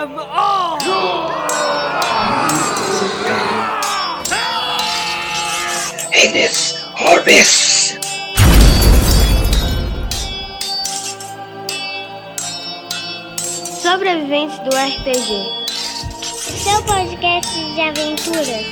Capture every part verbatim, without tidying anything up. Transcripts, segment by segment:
them all! Enes Orbis! Sobreviventes do R P G. Seu podcast de aventuras.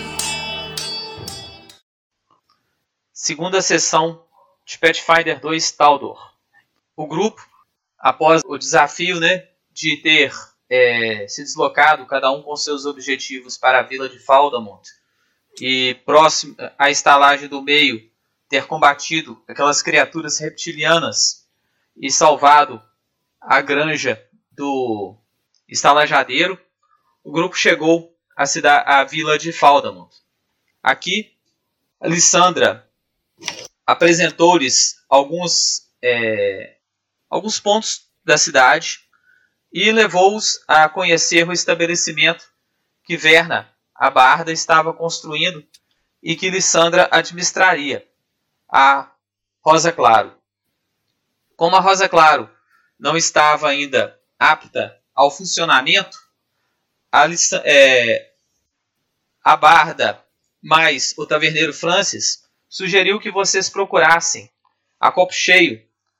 Segunda sessão de Pathfinder dois Taldor. O grupo, após o desafio, né, de ter é, se deslocado, cada um com seus objetivos, para a vila de Faldamont, e próximo à estalagem do meio, ter combatido aquelas criaturas reptilianas e salvado a granja do estalajadeiro, o grupo chegou à, cidade, à vila de Faldamont. Aqui, a Lissandra apresentou-lhes alguns, é, alguns pontos da cidade e levou-os a conhecer o estabelecimento que Verna, a barda, estava construindo e que Lissandra administraria, a Rosa Claro. Como a Rosa Claro não estava ainda apta ao funcionamento, a, é, a barda mais o taverneiro Francis sugeriu que vocês procurassem a copo cheio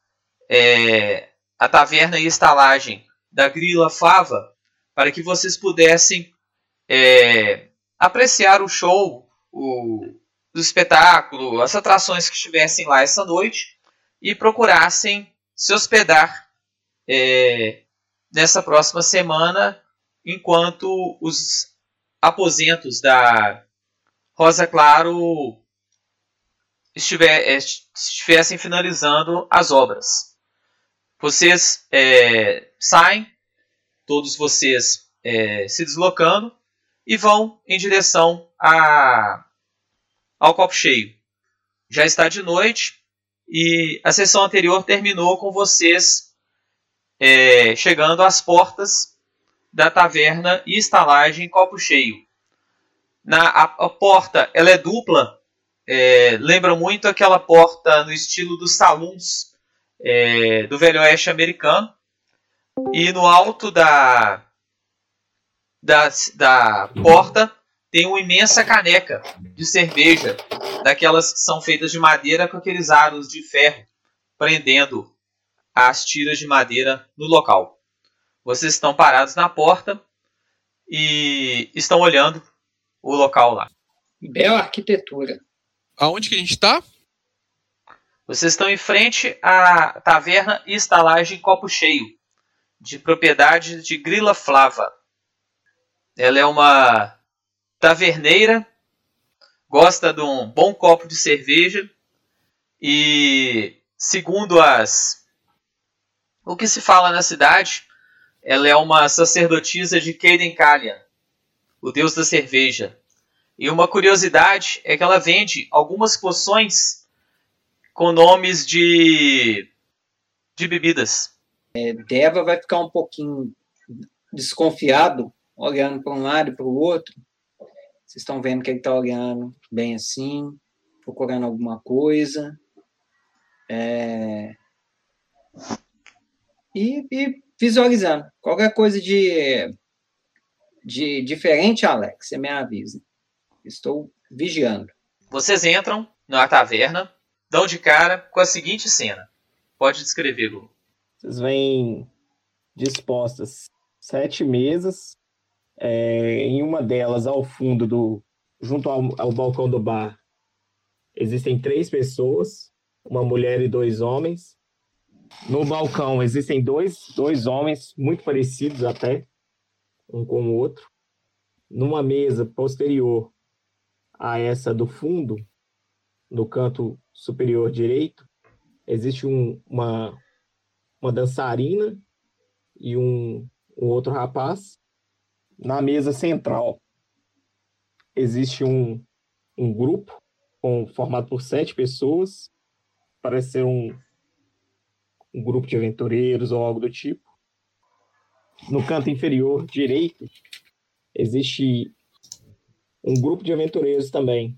é, a taverna e estalagem da Grila Fava para que vocês pudessem é, apreciar o show, o, o espetáculo, as atrações que estivessem lá essa noite e procurassem se hospedar é, nessa próxima semana enquanto os aposentos da Rosa Claro estiver, estivessem finalizando as obras. Vocês é, saem, todos vocês é, se deslocando e vão em direção a, ao copo cheio. Já está de noite e a sessão anterior terminou com vocês é, chegando às portas da taverna e estalagem copo cheio. Na, a, a porta ela é dupla, é, lembra muito aquela porta no estilo dos saloons é, do Velho Oeste americano. E no alto da, da, da porta tem uma imensa caneca de cerveja, daquelas que são feitas de madeira com aqueles aros de ferro prendendo as tiras de madeira no local. Vocês estão parados na porta e estão olhando o local lá. Bela arquitetura. Aonde que a gente está? Vocês estão em frente à taverna e estalagem Copo Cheio, de propriedade de Grila Flava. Ela é uma taverneira, gosta de um bom copo de cerveja e, segundo as o que se fala na cidade, ela é uma sacerdotisa de Caden Callian, o deus da cerveja. E uma curiosidade é que ela vende algumas poções com nomes de, de bebidas. É, Deva vai ficar um pouquinho desconfiado, olhando para um lado e para o outro. Vocês estão vendo que ele está olhando bem assim, procurando alguma coisa. É... E, e visualizando. Qualquer coisa de, de diferente, Alex, você me avisa. Estou vigiando. Vocês entram na taverna, dão de cara com a seguinte cena. Pode descrever, Lu. Vocês veem dispostas sete mesas. É, em uma delas, ao fundo, do, junto ao, ao balcão do bar, existem três pessoas, uma mulher e dois homens. No balcão existem dois, dois homens, muito parecidos até, um com o outro. Numa mesa posterior a essa do fundo, no canto superior direito, existe um, uma, uma dançarina e um, um outro rapaz. Na mesa central existe um, um grupo com, formado por sete pessoas, parece ser um um grupo de aventureiros ou algo do tipo. No canto inferior direito, existe um grupo de aventureiros também,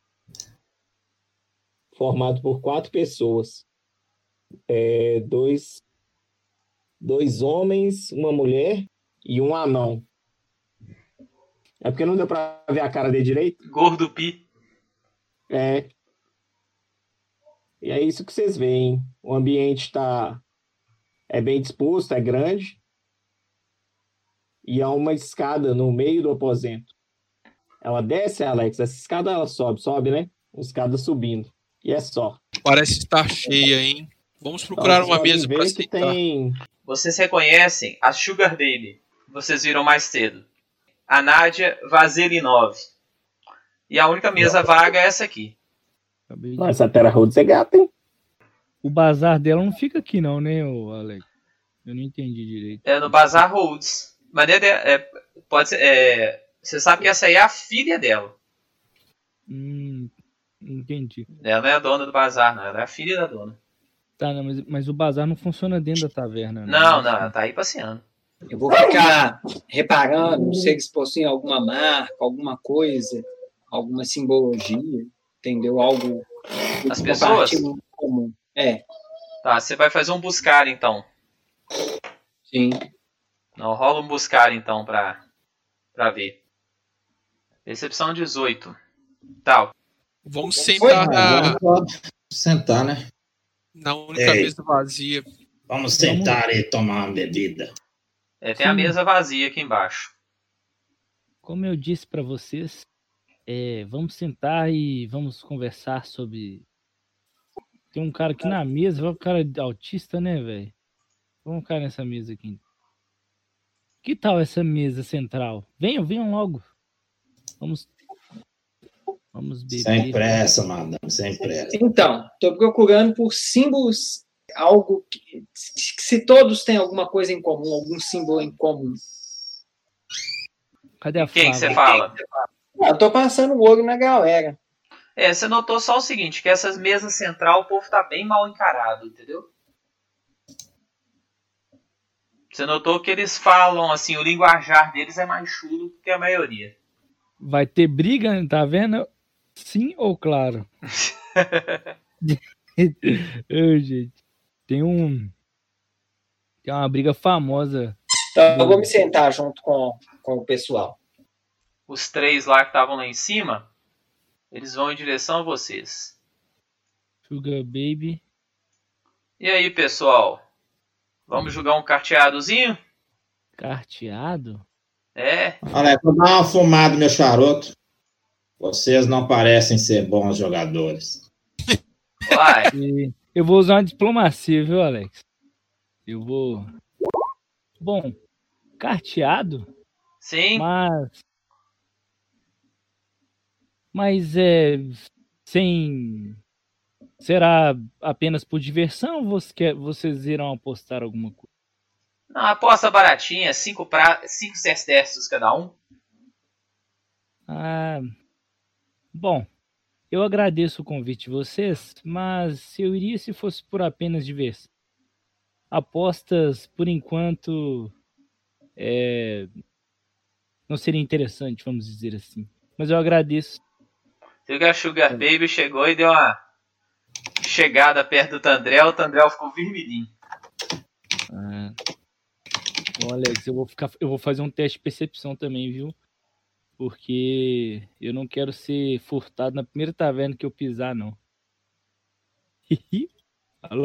formado por quatro pessoas. É, dois, dois homens, uma mulher e um anão. É porque não deu pra ver a cara dele direito? Gordo Pi. É. E é isso que vocês veem. O ambiente tá... é bem disposto, é grande. E há uma escada no meio do aposento. Ela desce, Alex? Essa escada ela sobe, sobe, né? Uma escada subindo. E é só. Parece estar cheia, hein? Vamos procurar uma mesa para ver que tem... Vocês reconhecem a Sugar Baby. Vocês viram mais cedo. A Nádia Vazelinov. E a única mesa vaga é essa aqui. Nossa, a Terra Rhodes é gata, hein? O bazar dela não fica aqui não, né, ô Alex? Eu não entendi direito. É no Bazar Rhodes. Mas é, é, pode ser, é, você sabe que essa aí é a filha dela. Hum, entendi. Ela não é a dona do bazar, não. Ela é a filha da dona. Tá, não, mas, mas o bazar não funciona dentro da taverna. Não, não, ela tá aí passeando. Eu vou ficar reparando se eles possuem alguma marca, alguma coisa, alguma simbologia, entendeu? Algo As pessoas? comum. É. Tá, você vai fazer um buscar então. Sim. Não, rola um buscar então pra, pra ver. Percepção dezoito. Tal. Vamos sentar na... Vamos sentar, né? na única Ei. mesa vazia. Vamos sentar e tomar uma bebida. É, tem a mesa vazia aqui embaixo. Como eu disse pra vocês, é, vamos sentar e vamos conversar sobre... Tem um cara aqui na mesa, vai um cara autista, né, velho? Vamos ficar nessa mesa aqui. Que tal essa mesa central? Venham, venham logo. Vamos... Vamos beber. Sem pressa, madame, sem pressa. Então, estou procurando por símbolos, algo que, se todos têm alguma coisa em comum, algum símbolo em comum. Cadê a Quem que Flávia? você fala? Eu tô passando o olho na galera. É, você notou só o seguinte, que essas mesas central o povo tá bem mal encarado, entendeu? Você notou que eles falam, assim, o linguajar deles é mais chulo que a maioria. Vai ter briga, tá vendo? Sim ou claro? Ô, gente. Tem um... Tem uma briga famosa. Então, eu vou me sentar junto com, com o pessoal. Os três lá que estavam lá em cima, eles vão em direção a vocês. Sugar Baby. E aí, pessoal? Vamos jogar um carteadozinho? Carteado? É. Olha, vou dar uma fumada, meu charuto. Vocês não parecem ser bons jogadores. Vai. E eu vou usar uma diplomacia, viu, Alex? Eu vou... Bom, carteado? Sim. Mas... Mas é... Sem... Será apenas por diversão ou você quer... vocês irão apostar alguma coisa? Não, aposta baratinha, cinco, pra... cinco sesterços cada um. Ah... Bom, eu agradeço o convite de vocês, mas eu iria se fosse por apenas diversão. Apostas, por enquanto, é... não seria interessante, vamos dizer assim. Mas eu agradeço. Você viu que a Sugar Baby chegou e deu uma chegada perto do Tandrel, o Tandrel ficou vermelhinho. Ah. Bom, Alex, eu vou, ficar, eu vou fazer um teste de percepção também, viu? Porque eu não quero ser furtado na primeira taverna que eu pisar, não. Alô?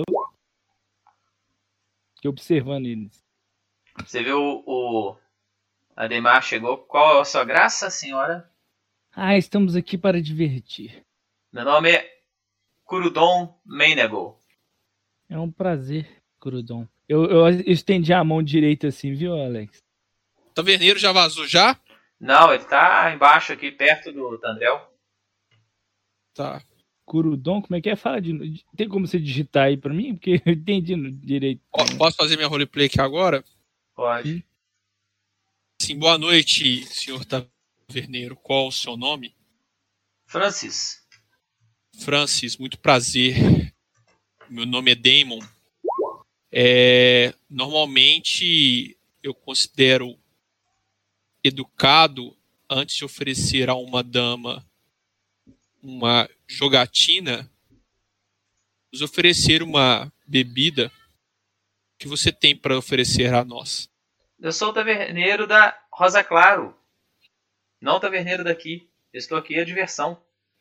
Fiquei observando eles. Você viu o, o Ademar chegou. Qual é a sua graça, senhora? Ah, estamos aqui para divertir. Meu nome é Curudon Meinego. É um prazer, Curudon. Eu, eu estendi a mão direita assim, viu, Alex? O taverneiro já vazou já? Não, ele tá embaixo aqui, perto do Tandrel. Tá. Curudon, como é que é? Fala de... Tem como você digitar aí pra mim? Porque eu entendi direito. Posso fazer minha roleplay aqui agora? Pode. Sim, boa noite, senhor taverneiro. Qual o seu nome? Francis. Francis, muito prazer. Meu nome é Damon. É, normalmente eu considero educado antes de oferecer a uma dama uma jogatina, nos oferecer uma bebida que você tem para oferecer a nós. Eu sou o taverneiro da Rosa Claro. Não o taverneiro daqui. Eu estou aqui a diversão.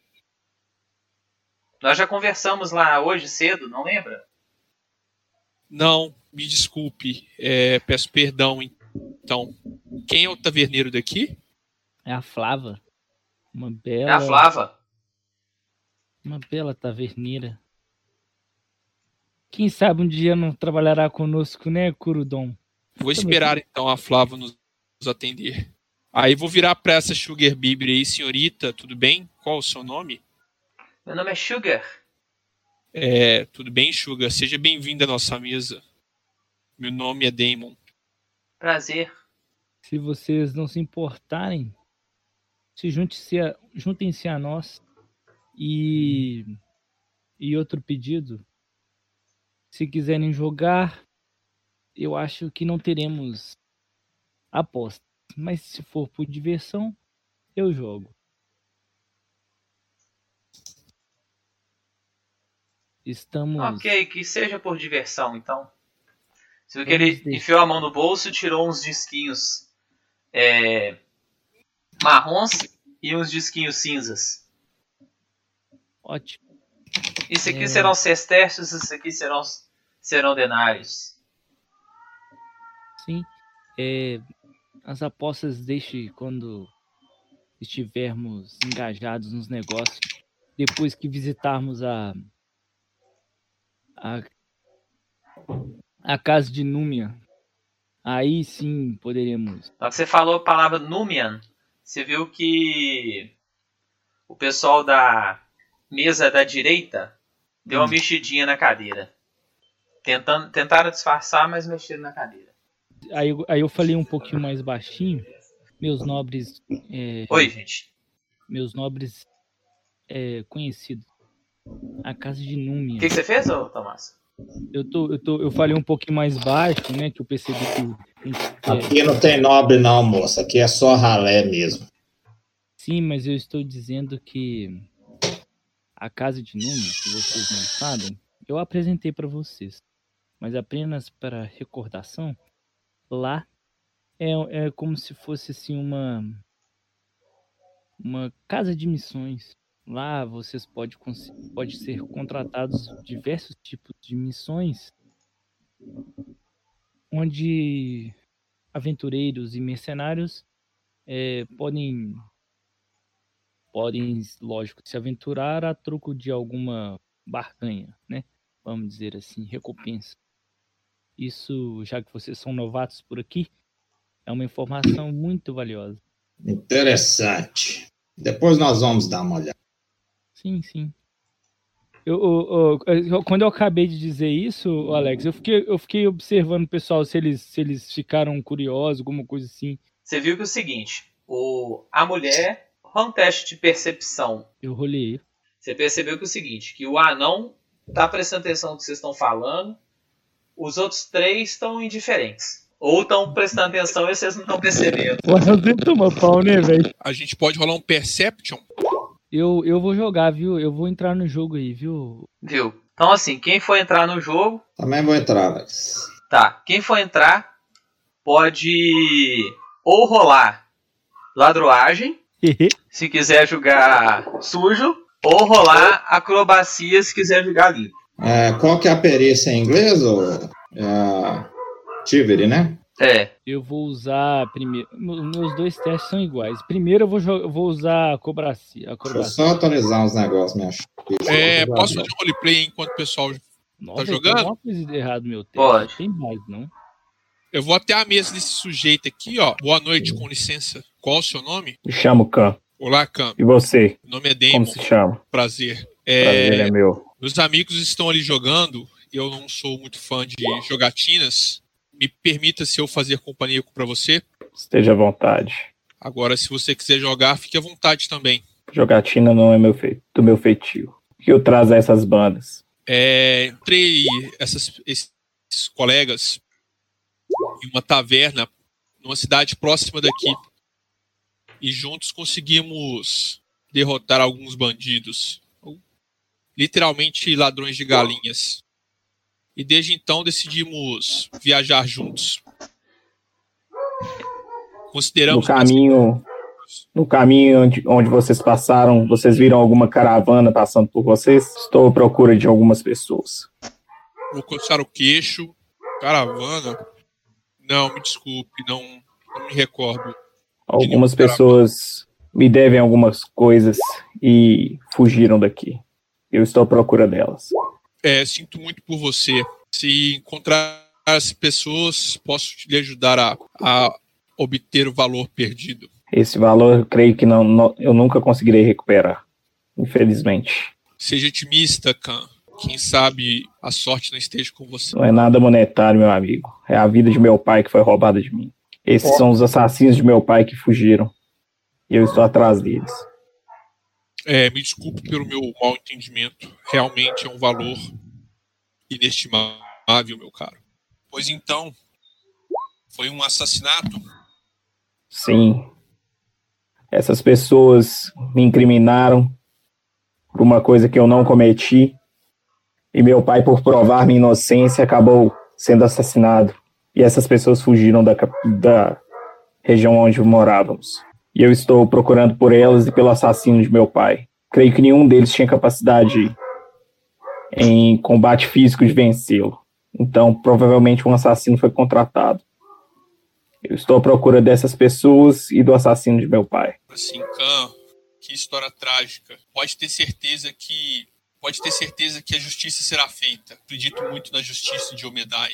Nós já conversamos lá hoje cedo, não lembra? Não, me desculpe. É, peço perdão. Então, quem é o taverneiro daqui? É a Flava. Uma bela... É a Flava. Uma bela taverneira. Quem sabe um dia não trabalhará conosco, né, Curudon? Vou esperar então a Flava nos atender. Aí vou virar para essa Sugar Bíblia aí, senhorita, tudo bem? Qual o seu nome? Meu nome é Sugar. É, tudo bem, Sugar? Seja bem-vindo à nossa mesa. Meu nome é Damon. Prazer. Se vocês não se importarem, se junte-se a, juntem-se a nós. E, e outro pedido, se quiserem jogar, eu acho que não teremos aposta. Mas se for por diversão, eu jogo. Estamos... Ok, que seja por diversão, então. Você viu que ele enfiou a mão no bolso e tirou uns disquinhos é, marrons e uns disquinhos cinzas. Ótimo. Isso aqui é... serão sestércios, isso aqui serão, serão denários. Sim. É... As apostas deixe quando estivermos engajados nos negócios. Depois que visitarmos a... A, a casa de Númia. Aí sim poderemos... Na hora que você falou a palavra Numian, você viu que o pessoal da mesa da direita deu uma hum. mexidinha na cadeira. Tentando, tentaram disfarçar, mas mexeram na cadeira. Aí, aí eu falei um pouquinho mais baixinho. Meus nobres... É, Oi, gente. Meus nobres é, conhecidos. A casa de Númia. O que, que você fez, ô, Tomás? Eu, tô, eu, tô, eu falei um pouquinho mais baixo, né? Que eu percebi que... É... Aqui não tem nobre não, moça. Aqui é só ralé mesmo. Sim, mas eu estou dizendo que a casa de Númia, que vocês não sabem, eu apresentei para vocês. Mas apenas para recordação, lá é, é como se fosse assim uma, uma casa de missões. Lá vocês podem pode ser contratados diversos tipos de missões, onde aventureiros e mercenários é, podem, podem, lógico, se aventurar a troco de alguma barganha, né? Vamos dizer assim, recompensa. Isso, já que vocês são novatos por aqui, é uma informação muito valiosa. Interessante. Depois nós vamos dar uma olhada. Sim, sim. Eu, eu, eu, quando eu acabei de dizer isso, Alex, eu fiquei, eu fiquei observando o pessoal, se eles, se eles ficaram curiosos, alguma coisa assim. Você viu que é o seguinte, o, a mulher, rola um teste de percepção. Eu rolei. Você percebeu que é o seguinte, que o anão tá prestando atenção no que vocês estão falando, os outros três estão indiferentes. Ou estão prestando atenção e vocês não estão percebendo. O anão deve tomar pau, né, velho? A gente pode rolar um Perception? Eu, eu vou jogar, viu? Eu vou entrar no jogo aí, viu? Viu? Então, assim, quem for entrar no jogo... Também vou entrar, Alex. Tá. Quem for entrar pode ou rolar ladroagem, se quiser jogar sujo, ou rolar acrobacia, se quiser jogar limpo. É, qual que é a perícia em inglês? Ou... É... Tiveri, né? É. Eu vou usar primeiro. Meus dois testes são iguais. Primeiro eu vou, jo- eu vou usar acrobacia. acrobacia. Deixa eu só atualizar uns negócios, minha ficha. É, posso fazer um roleplay enquanto o pessoal Nossa, tá jogando? Tem alguma coisa de errado no meu teste. Pode. Tem mais, não? Eu vou até a mesa desse sujeito aqui, ó. Boa noite, com licença. Qual o seu nome? Me chamo Cam. Olá, Cam. E você? Meu nome é Damon. Como se chama? Prazer. Prazer É, é meu. meus amigos estão ali jogando. Eu não sou muito fã de jogatinas. Me permita se eu fazer companhia para você. Esteja à vontade. Agora, se você quiser jogar, fique à vontade também. Jogatina não é meu feito, do meu feitio. O que eu trago a essas bandas? É, entrei essas, esses colegas em uma taverna numa cidade próxima daqui e juntos conseguimos derrotar alguns bandidos, literalmente ladrões de galinhas. E desde então decidimos viajar juntos. Consideramos... No caminho, no caminho onde, onde vocês passaram, vocês viram alguma caravana passando por vocês? Estou à procura de algumas pessoas. Vou coçar o queixo. Caravana? Não, me desculpe, não, não me recordo. Algumas pessoas me devem algumas coisas e fugiram daqui. Eu estou à procura delas. É, sinto muito por você. Se encontrar as pessoas, posso lhe ajudar a, a obter o valor perdido. Esse valor, eu creio que não, não, eu nunca conseguirei recuperar, infelizmente. Seja otimista, Khan. Quem sabe a sorte não esteja com você. Não é nada monetário, meu amigo. É a vida de meu pai que foi roubada de mim. Esses oh. são os assassinos de meu pai que fugiram. E eu estou atrás deles. É, me desculpe pelo meu mau entendimento. Realmente é um valor inestimável, meu caro. Pois então, foi um assassinato? Sim. Essas pessoas me incriminaram por uma coisa que eu não cometi. E meu pai, por provar minha inocência, acabou sendo assassinado. E essas pessoas fugiram da, da região onde morávamos. E eu estou procurando por elas e pelo assassino de meu pai. Creio que nenhum deles tinha capacidade em combate físico de vencê-lo. Então, provavelmente um assassino foi contratado. Eu estou à procura dessas pessoas e do assassino de meu pai. Assim, Khan, que história trágica. Pode ter certeza que... Pode ter certeza que a justiça será feita. Acredito muito na justiça de Omedai.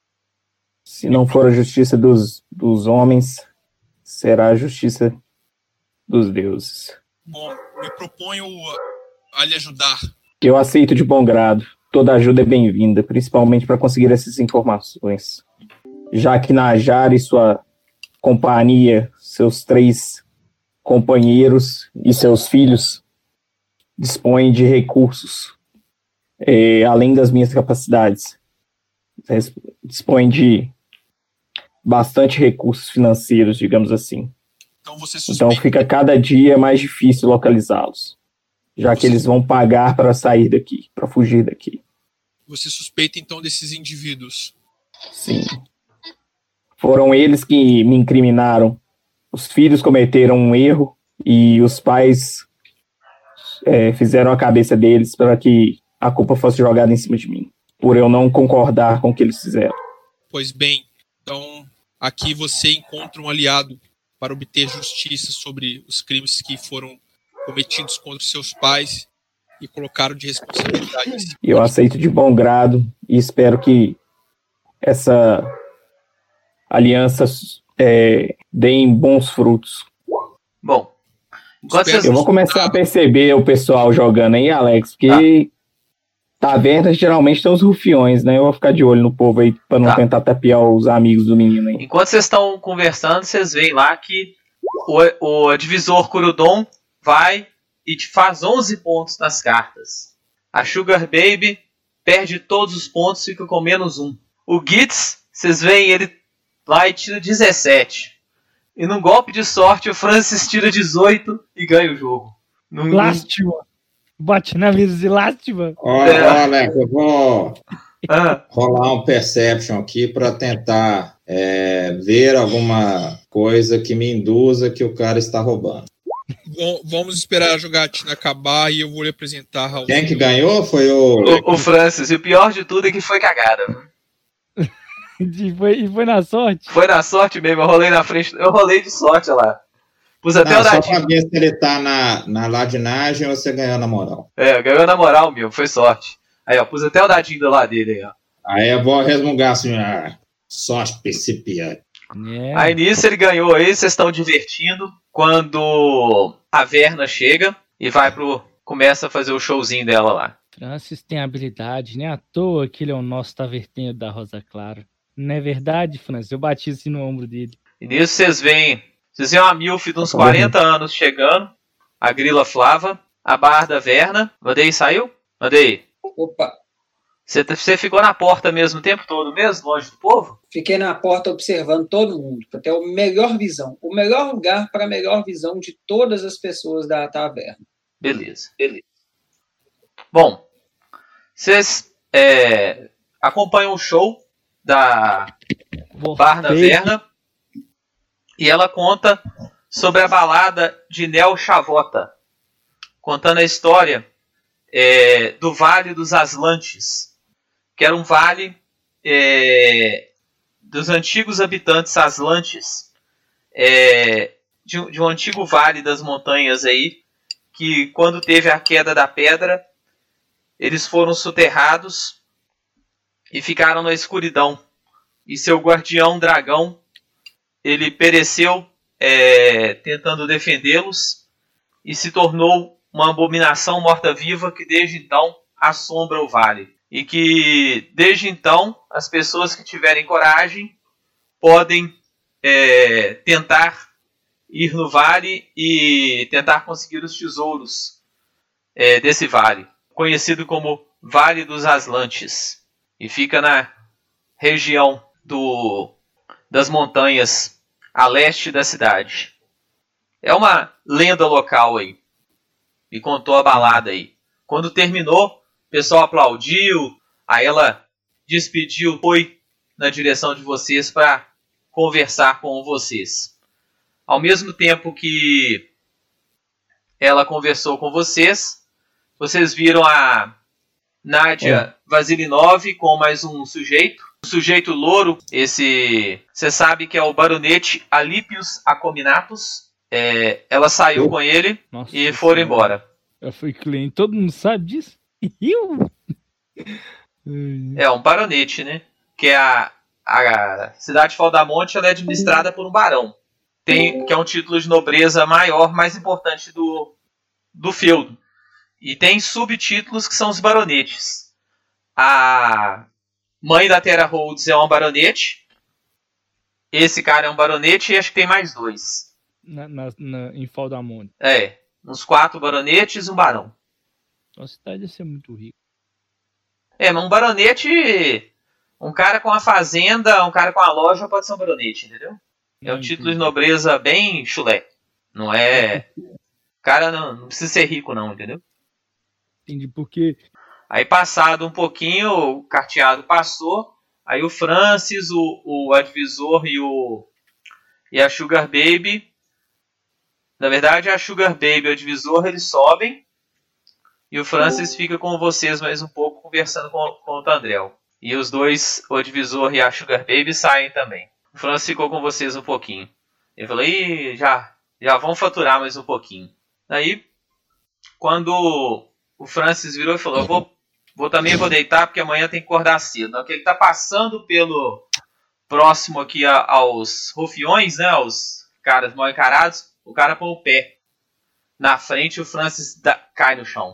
Se não for a justiça dos, dos homens, será a justiça dos deuses. Bom, me proponho a, a lhe ajudar. Eu aceito de bom grado. Toda ajuda é bem-vinda, principalmente para conseguir essas informações. Já que Najar e sua companhia, seus três companheiros e seus filhos dispõem de recursos, é, além das minhas capacidades. Dispõem de bastante recursos financeiros, digamos assim. Então, você então fica cada dia mais difícil localizá-los, já que eles vão pagar para sair daqui, para fugir daqui. Você suspeita então desses indivíduos? Sim. Foram eles que me incriminaram. Os filhos cometeram um erro e os pais é, fizeram a cabeça deles para que a culpa fosse jogada em cima de mim, por eu não concordar com o que eles fizeram. Pois bem, então aqui você encontra um aliado para obter justiça sobre os crimes que foram cometidos contra seus pais e colocaram de responsabilidade. Eu aceito de bom grado e espero que essa aliança é, dê bons frutos. Bom, vocês... eu vou começar a perceber o pessoal jogando aí, Alex, porque tá. tavernas geralmente tem os rufiões, né? Eu vou ficar de olho no povo aí para não tá. tentar tapear os amigos do menino aí. Enquanto vocês estão conversando, vocês veem lá que o, o divisor Kurudon vai e te faz onze pontos nas cartas. A Sugar Baby perde todos os pontos, fica com menos um. O Gitz, vocês veem ele lá e tira dezessete. E num golpe de sorte, o Francis tira dezoito e ganha o jogo. Num... Lástima. Bate na mesa de lástima. Olha, é. olha, eu vou ah. rolar um Perception aqui para tentar é, ver alguma coisa que me induza que o cara está roubando. Bom, vamos esperar a jogatina acabar e eu vou lhe apresentar, Raul. Quem que ganhou foi o... o... O Francis. E o pior de tudo é que foi cagada. E foi, e foi na sorte? Foi na sorte mesmo, eu rolei na frente. Eu rolei de sorte lá. Pus até Não, o dadinho. Só pra ver se ele tá na, na ladinagem ou você ganhou na moral. É, ganhou na moral, meu, foi sorte. Aí, ó, pus até o dadinho do lado dele aí, ó. Aí eu vou resmungar assim, ah, sorte principiante. É. Aí nisso ele ganhou aí, vocês estão divertindo. Quando a Verna chega e vai pro. Começa a fazer o showzinho dela lá. Francis tem habilidade, nem à toa que ele é o nosso taverneiro da Rosa Clara. Não é verdade, Francis? Eu bati assim no ombro dele. E nisso vocês veem. Vocês veem uma Milf de uns quarenta anos chegando. A Grila Flava. A Barda Verna. Mandei, saiu? Mandei. Opa. Você, você ficou na porta mesmo o tempo todo mesmo, longe do povo? Fiquei na porta observando todo mundo, para ter a melhor visão. O melhor lugar para a melhor visão de todas as pessoas da taverna. Beleza, beleza. Bom, vocês é, acompanham o show da Barda Verna. E ela conta sobre a balada de Nel Chavota, contando a história é, do Vale dos Aslantes, que era um vale é, dos antigos habitantes aslantes, é, de, de um antigo vale das montanhas aí, que quando teve a queda da pedra, eles foram soterrados e ficaram na escuridão. E seu guardião dragão, ele pereceu é, tentando defendê-los e se tornou uma abominação morta-viva que desde então assombra o vale. E que desde então as pessoas que tiverem coragem podem é, tentar ir no vale e tentar conseguir os tesouros é, desse vale, conhecido como Vale dos Aslantes, e fica na região do, das montanhas a leste da cidade. É uma lenda local aí. E contou a balada aí. Quando terminou, o pessoal aplaudiu, aí ela despediu, foi na direção de vocês para conversar com vocês. Ao mesmo tempo que ela conversou com vocês, vocês viram a Nadia é. Vasilinov com mais um sujeito. O sujeito louro, esse, você sabe que é o baronete Alípios Acominatus. É, ela saiu com ele. Nossa, e foram senhora. Embora. Eu fui cliente, todo mundo sabe disso? É um baronete, né? Que é a, a cidade de Faldamonte, ela é administrada por um barão. Tem, que é um título de nobreza maior, mais importante do, do feudo. E tem subtítulos que são os baronetes. A mãe da Terra Rhodes é um baronete. Esse cara é um baronete e acho que tem mais dois. Na, na, na, em Faldamonte. É, uns quatro baronetes e um barão. A cidade deve ser muito rica. É, mas um baronete... Um cara com a fazenda, um cara com a loja pode ser um baronete, entendeu? É um não, título entendi. De nobreza bem chulé. Não é... O cara não, não precisa ser rico não, entendeu? Entendi, porque... Aí passado um pouquinho, o carteado passou, aí o Francis, o, o advisor e, o, e a Sugar Baby... Na verdade, a Sugar Baby e o advisor, eles sobem, e o Francis fica com vocês mais um pouco, conversando com, com o Tandrel. E os dois, o advisor e a Sugar Baby, saem também. O Francis ficou com vocês um pouquinho. Ele falou, ih, já, já vão faturar mais um pouquinho. Aí, quando o Francis virou e falou, eu vou, vou também vou deitar, porque amanhã tem que acordar cedo. Porque ele tá passando pelo próximo aqui a, aos rufiões, né, aos caras mal encarados, o cara põe o pé na frente e o Francis dá, cai no chão.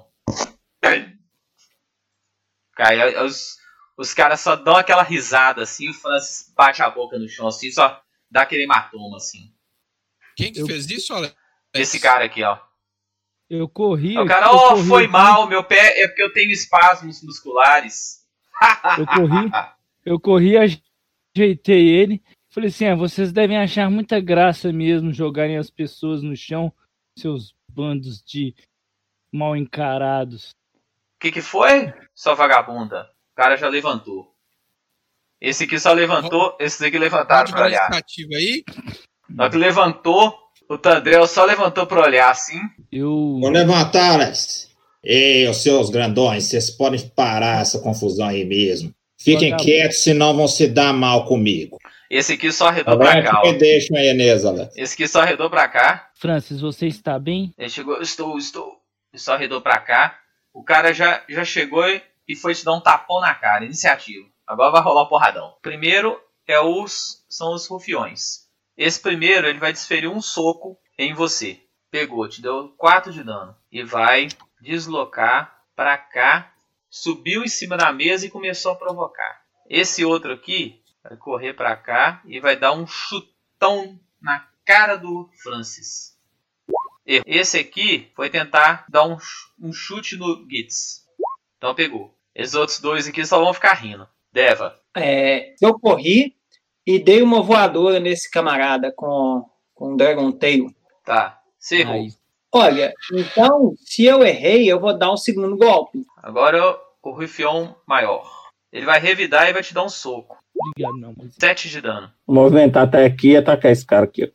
Cai, os, os caras só dão aquela risada assim, o Francis bate a boca no chão assim, só dá aquele hematoma assim. Quem que eu... fez isso, Alex? Esse cara aqui, ó. Eu corri. O cara, ó, oh, foi mal, meu pé é porque eu tenho espasmos musculares. Eu corri, eu corri, ajeitei ele. Falei assim, ah, vocês devem achar muita graça mesmo jogarem as pessoas no chão, seus bandos de mal encarados. O que que foi, sua vagabunda? O cara já levantou. Esse aqui só levantou, esses aqui levantaram pra olhar. Aí? Na hora que levantou, o Tandrel só levantou pra olhar assim. Eu... Vou levantar, Alex. Ei, os seus grandões, vocês podem parar essa confusão aí mesmo. Fiquem Vagabundo. Quietos, senão vão se dar mal comigo. Esse aqui só arredou pra cá, ó. Deixa aí, Inês, Alex. Esse aqui só arredou pra cá. Francis, você está bem? Ele chegou, estou, estou. Ele só arredou pra cá. O cara já, já chegou e foi te dar um tapão na cara. Iniciativa. Agora vai rolar um porradão. Primeiro é os, são os rufiões. Esse primeiro, ele vai desferir um soco em você. Pegou, te deu quatro de dano. E vai deslocar pra cá. Subiu em cima da mesa e começou a provocar. Esse outro aqui vai correr pra cá e vai dar um chutão na cara do Francis. Esse aqui foi tentar dar um, um chute no Gitz. Então pegou. Esses outros dois aqui só vão ficar rindo. Deva. É, eu corri e dei uma voadora nesse camarada com, com o Dragon Tail. Tá. Você errou. Olha, então, se eu errei, eu vou dar um segundo golpe. Agora o Rufião maior. Ele vai revidar e vai te dar um soco. Obrigado, não. Mas... sete de dano. Vou movimentar até aqui e atacar esse cara aqui.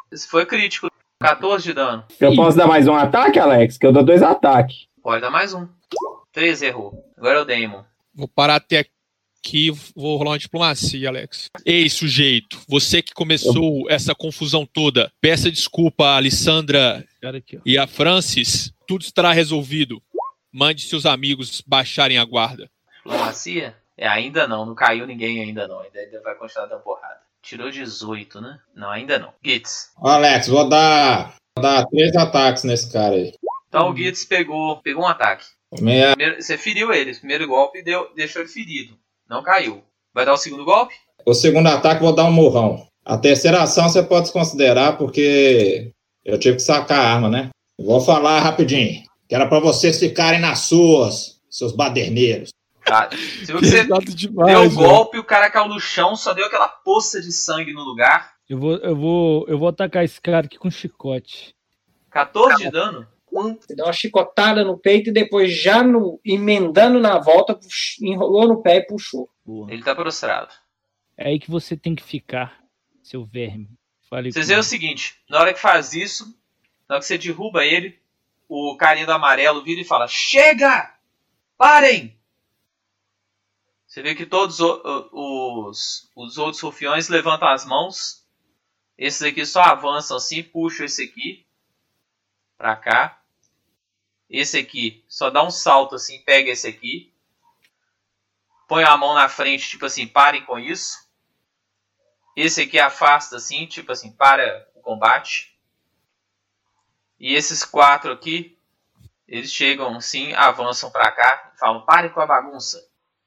Esse foi crítico. quatorze de dano. Eu posso dar mais um ataque, Alex? Que eu dou dois ataques. Pode dar mais um. três errou. Agora é o Damon. Vou parar até aqui, vou rolar uma diplomacia, Alex. Ei, sujeito, você que começou eu... essa confusão toda, peça desculpa a Alessandra aqui, e a Francis, tudo estará resolvido. Mande seus amigos baixarem a guarda. Diplomacia? É, ainda não, não caiu ninguém ainda não, ainda, ainda vai continuar dando porrada. Tirou dezoito, né? Não, ainda não. Gitz. Alex, vou dar, vou dar três ataques nesse cara aí. Então o Gitz pegou, pegou um ataque. Meia... Primeiro, você feriu ele, primeiro golpe deu, deixou ele ferido. Não caiu. Vai dar o segundo golpe? O segundo ataque vou dar um murrão. A terceira ação você pode desconsiderar porque eu tive que sacar a arma, né? Vou falar rapidinho. Que era pra vocês ficarem nas suas, seus baderneiros. Tá. Você viu que você demais, deu o golpe, o cara caiu no chão, só deu aquela poça de sangue no lugar. Eu vou, eu vou, eu vou atacar esse cara aqui com chicote. quatorze de dano? Você dá uma chicotada no peito e depois já no, emendando na volta, enrolou no pé e puxou. Boa. Ele tá prostrado. É aí que você tem que ficar, seu verme. Falei Vocês veem o seguinte, na hora que faz isso, na hora que você derruba ele, o carinha do amarelo vira e fala, chega! Parem! Você vê que todos os, os outros rufiões levantam as mãos. Esses aqui só avançam assim, puxam esse aqui pra cá. Esse aqui só dá um salto assim, pega esse aqui. Põe a mão na frente, tipo assim, parem com isso. Esse aqui afasta assim, tipo assim, para o combate. E esses quatro aqui, eles chegam assim, avançam pra cá e falam, parem com a bagunça.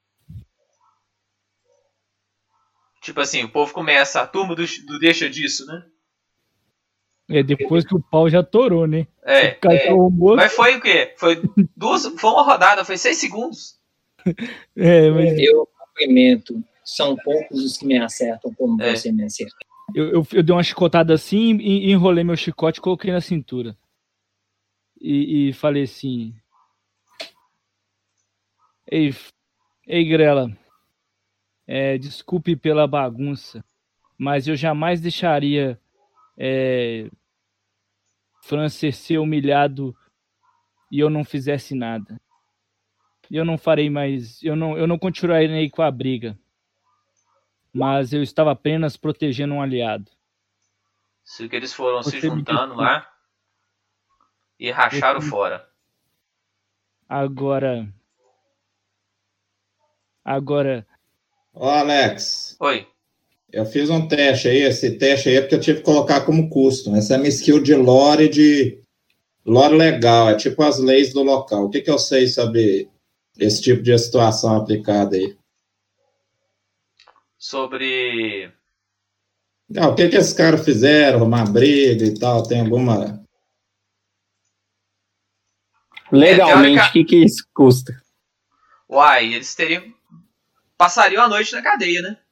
Tipo assim, o povo começa, a turma do, do deixa disso, né? É, depois que o pau já torou, né? É, é. Mas foi o quê? Foi duas, foi uma rodada, foi seis segundos. É, mas... Eu cumprimento. São poucos os que me acertam como é. Você me acerta. Eu, eu, eu dei uma chicotada assim e, e enrolei meu chicote e coloquei na cintura. E, e falei assim... Ei, ei Grela, é, desculpe pela bagunça, mas eu jamais deixaria... É, Francis ser humilhado e eu não fizesse nada. Eu não farei mais, eu não, eu não continuarei com a briga. Mas eu estava apenas protegendo um aliado. Se que eles foram Você se juntando lá e racharam Você... fora. Agora, agora. Ô Alex. Oi. Eu fiz um teste aí, esse teste aí é porque eu tive que colocar como custo. Essa é a minha skill de lore, de lore legal, é tipo as leis do local. O que, que eu sei sobre esse tipo de situação aplicada aí? Sobre... Ah, o que, que esses caras fizeram, uma briga e tal, tem alguma... Legalmente, o é, que, que isso custa? Uai, eles teriam... Passariam a noite na cadeia, né?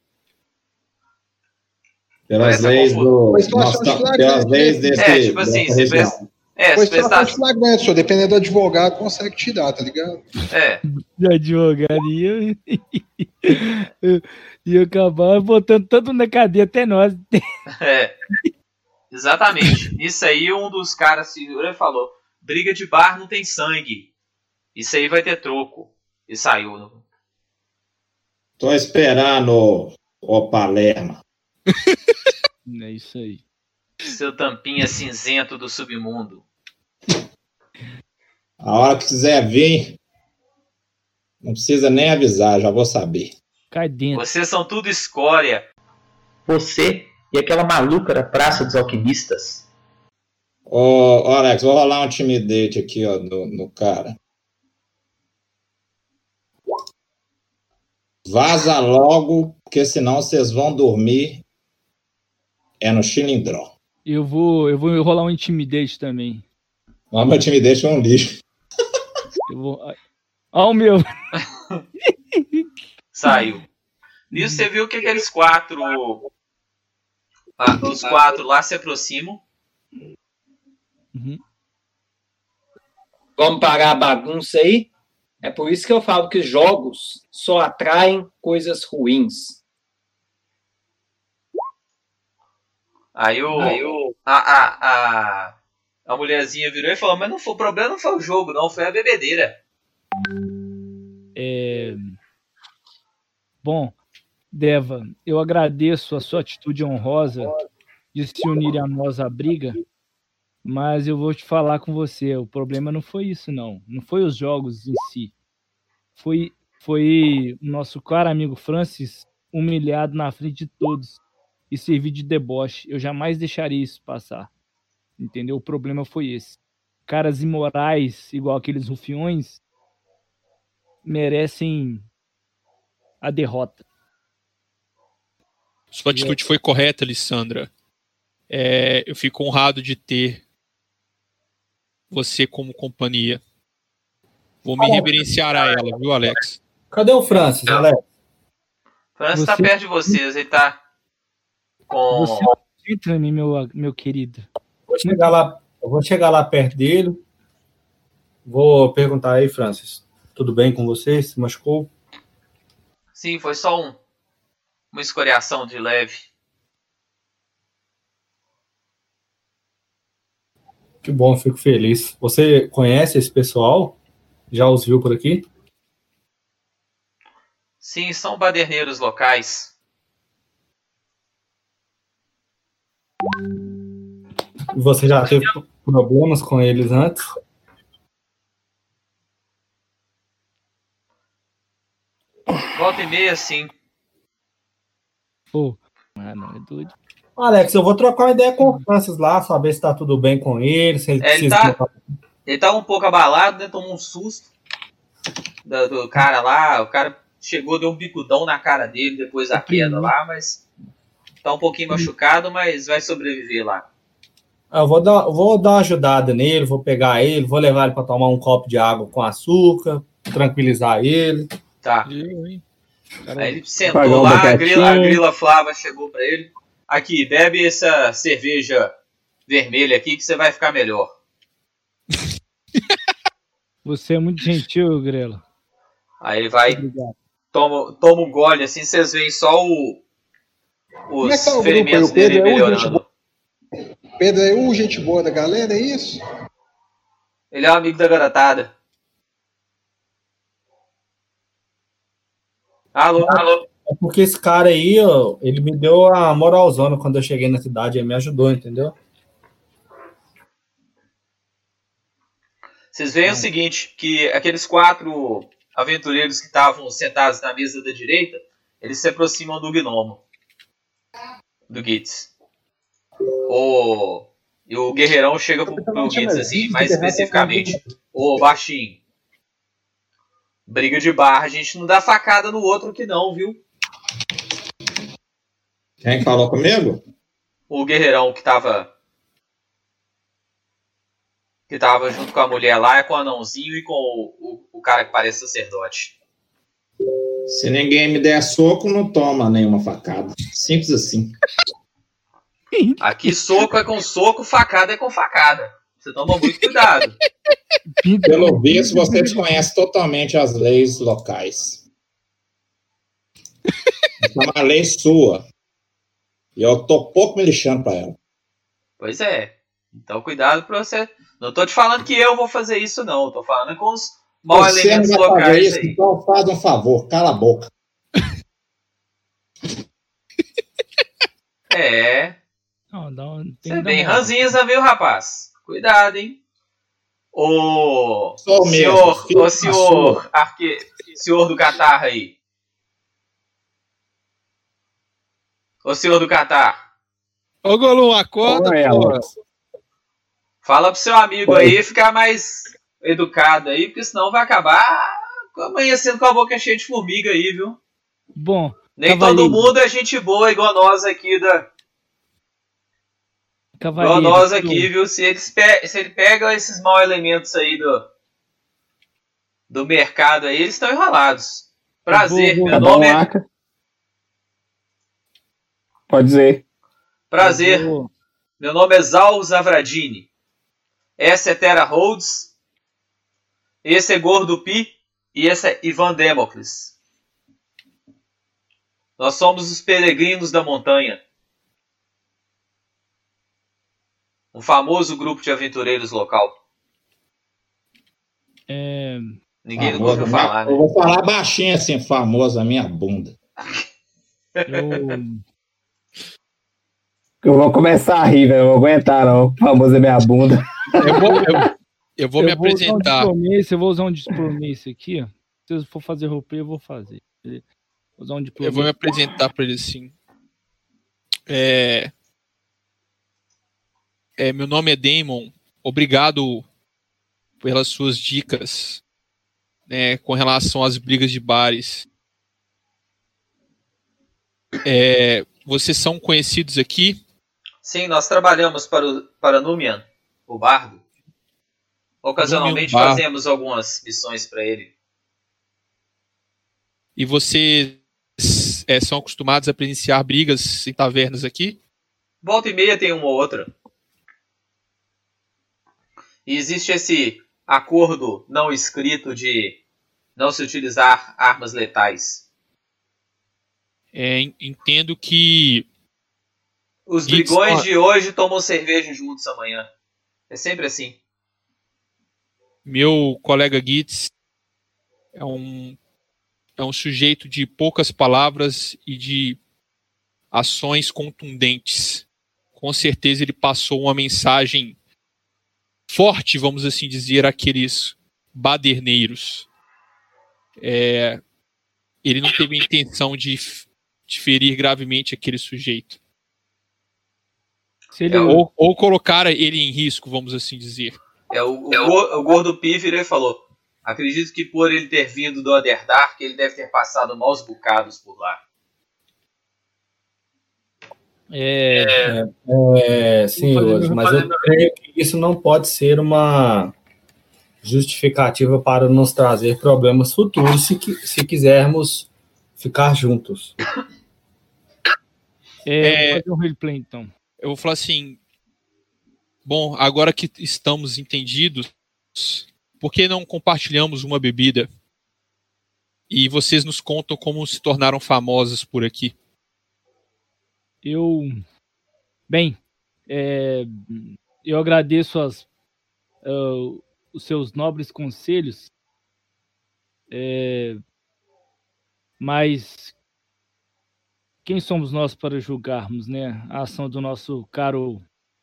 Pelas leis do... Nossa, pelas leis desse... É, tipo assim, se presta... É, pois se prestar... flagrante, só dependendo do advogado, consegue te dar, tá ligado? É. De advogado ia... ia acabar botando tanto na cadeia até nós. É. Exatamente. Isso aí, um dos caras segura e falou, briga de bar não tem sangue. Isso aí vai ter troco. E saiu. Tô esperando o Palermo. É isso aí. Seu tampinha cinzento do submundo. A hora que quiser vir, não precisa nem avisar, já vou saber. Cai dentro. Vocês são tudo escória. Você e aquela maluca da Praça dos Alquimistas. Ô, ô Alex, vou rolar um intimidate aqui, ó, no, no cara. Vaza logo, porque senão vocês vão dormir é no chilindró. Eu vou, eu vou rolar um intimidate também. Não, meu intimidate é um lixo. Eu vou... Ó o meu. Saiu. Nisso você viu que aqueles quatro... Ah, os quatro lá se aproximam. Uhum. Vamos parar a bagunça aí? É por isso que eu falo que jogos só atraem coisas ruins. Aí o, aí o a, a, a, a mulherzinha virou e falou, mas não foi, o problema não foi o jogo, não, foi a bebedeira. É... Bom, Deva, eu agradeço a sua atitude honrosa de se unir a nós à briga, mas eu vou te falar com você, o problema não foi isso, não. Não foi os jogos em si. Foi, foi o nosso caro amigo Francis humilhado na frente de todos e servir de deboche. Eu jamais deixaria isso passar. Entendeu? O problema foi esse. Caras imorais, igual aqueles rufiões, merecem a derrota. Sua atitude foi correta, Lissandra. É, eu fico honrado de ter você como companhia. Vou me reverenciar a ela, viu, Alex? Cadê o Francis, Alex? O Francis tá perto de vocês, ele tá com... Você entra em mim, meu, meu querido. Vou chegar lá, eu vou chegar lá perto dele. Vou perguntar aí, Francis. Tudo bem com você? Se machucou? Sim, foi só um, uma escoriação de leve. Que bom, fico feliz. Você conhece esse pessoal? Já os viu por aqui? Sim, são baderneiros locais. E você já teve problemas com eles antes? Volta e meia, sim. Pô, ah, não, é doido. Alex, eu vou trocar uma ideia com o Francis lá, saber se tá tudo bem com ele, se ele É, ele, precisa... tá, ele tá um pouco abalado, né? Tomou um susto do, do cara lá. O cara chegou, deu um bicudão na cara dele depois da queda lá, mas tá um pouquinho machucado, mas vai sobreviver lá. Eu vou dar, vou dar uma ajudada nele, vou pegar ele, vou levar ele para tomar um copo de água com açúcar, tranquilizar ele. Tá. Eu, hein? Aí ele sentou lá, a grila, a grila Flava chegou para ele. Aqui, bebe essa cerveja vermelha aqui que você vai ficar melhor. Você é muito gentil, Grelo. Aí ele vai, toma, toma um gole assim, vocês veem só o, os é tá ferimentos dele melhorando. Pedro é um gente boa da galera, é isso? Ele é um amigo da garotada. Alô, alô. É porque esse cara aí, ó, ele me deu a moralzona quando eu cheguei na cidade, ele me ajudou, entendeu? Vocês veem é. o seguinte, que aqueles quatro aventureiros que estavam sentados na mesa da direita, eles se aproximam do gnomo. Do Gitz. O, e o guerreirão chega pro, pro Gitz, assim, mais especificamente. Ô, baixinho. Briga de barra, a gente não dá facada no outro que não, viu? Quem falou comigo? O guerreirão que tava... Que tava junto com a mulher lá, com o anãozinho e com o, o, o cara que parece sacerdote. Se ninguém me der soco, não toma nenhuma facada. Simples assim. Aqui soco é com soco, facada é com facada. Você toma muito cuidado. Pelo visto, você desconhece totalmente as leis locais. Essa é uma lei sua. E eu tô pouco me lixando pra ela. Pois é. Então cuidado pra você... Não tô te falando que eu vou fazer isso, não. Tô falando com os maus elementos locais isso, aí. Então faz um favor, cala a boca. É. Não, dá um, tem você bem ranzinza, viu, rapaz? Cuidado, hein? O Sou senhor, mesmo, o senhor, arque... senhor do Catar aí. O senhor do Catar. Ô, Golum, acorda, porra. Fala pro seu amigo aí ficar mais educado aí, porque senão vai acabar amanhecendo com a boca cheia de formiga aí, viu? Bom. Nem todo mundo é gente boa igual nós aqui da. Igual nós aqui, viu? Se, eles pe... Se ele pega esses maus elementos aí do, do mercado aí, eles estão enrolados. Prazer, vou, vou, meu nome é. Pode dizer. Prazer. Meu nome é Zal Zavradini. Essa é Terra Rhodes. Esse é Gordo Pi. E esse é Ivan Democles. Nós somos os peregrinos da montanha. Um famoso grupo de aventureiros local. É... Ninguém nunca Famoso, ouviu falar, né? Eu vou falar baixinho assim, famoso, a minha bunda. Eu... Eu vou começar a rir, velho. Não vou aguentar, não. Famoso é minha bunda. Eu vou, eu, eu vou eu me vou apresentar. Usar um diplomês, eu vou usar um diplomês aqui, ó. Se eu for fazer roleplay, eu vou fazer. Vou usar um Eu vou me apresentar para ele assim. É... É, meu nome é Damon. Obrigado pelas suas dicas, né, com relação às brigas de bares. É, vocês são conhecidos aqui? Sim, nós trabalhamos para, o, para Númian, o bardo. Ocasionalmente Númian, fazemos algumas missões para ele. E vocês é, são acostumados a presenciar brigas em tavernas aqui? Volta e meia tem uma ou outra. E existe esse acordo não escrito de não se utilizar armas letais. É, entendo que os Gitz... brigões de hoje tomam cerveja juntos amanhã. É sempre assim. Meu colega Gitz é um, é um sujeito de poucas palavras e de ações contundentes. Com certeza ele passou uma mensagem forte, vamos assim dizer, àqueles baderneiros. É, ele não teve a intenção de, de ferir gravemente aquele sujeito. Se ele... ou, ou colocar ele em risco, vamos assim dizer. É, o, o, o Gordo Pi virou e falou: acredito que por ele ter vindo do Underdark, ele deve ter passado maus bocados por lá. É, é, é sim, hoje, mas eu creio que isso não pode ser uma justificativa para nos trazer problemas futuros se, se quisermos ficar juntos. É, vou fazer um roleplay, então. Eu vou falar assim, bom, agora que estamos entendidos, por que não compartilhamos uma bebida? E vocês nos contam como se tornaram famosos por aqui. Eu, bem, é, eu agradeço as, uh, os seus nobres conselhos, é, mas quem somos nós para julgarmos, né, a ação do nosso caro,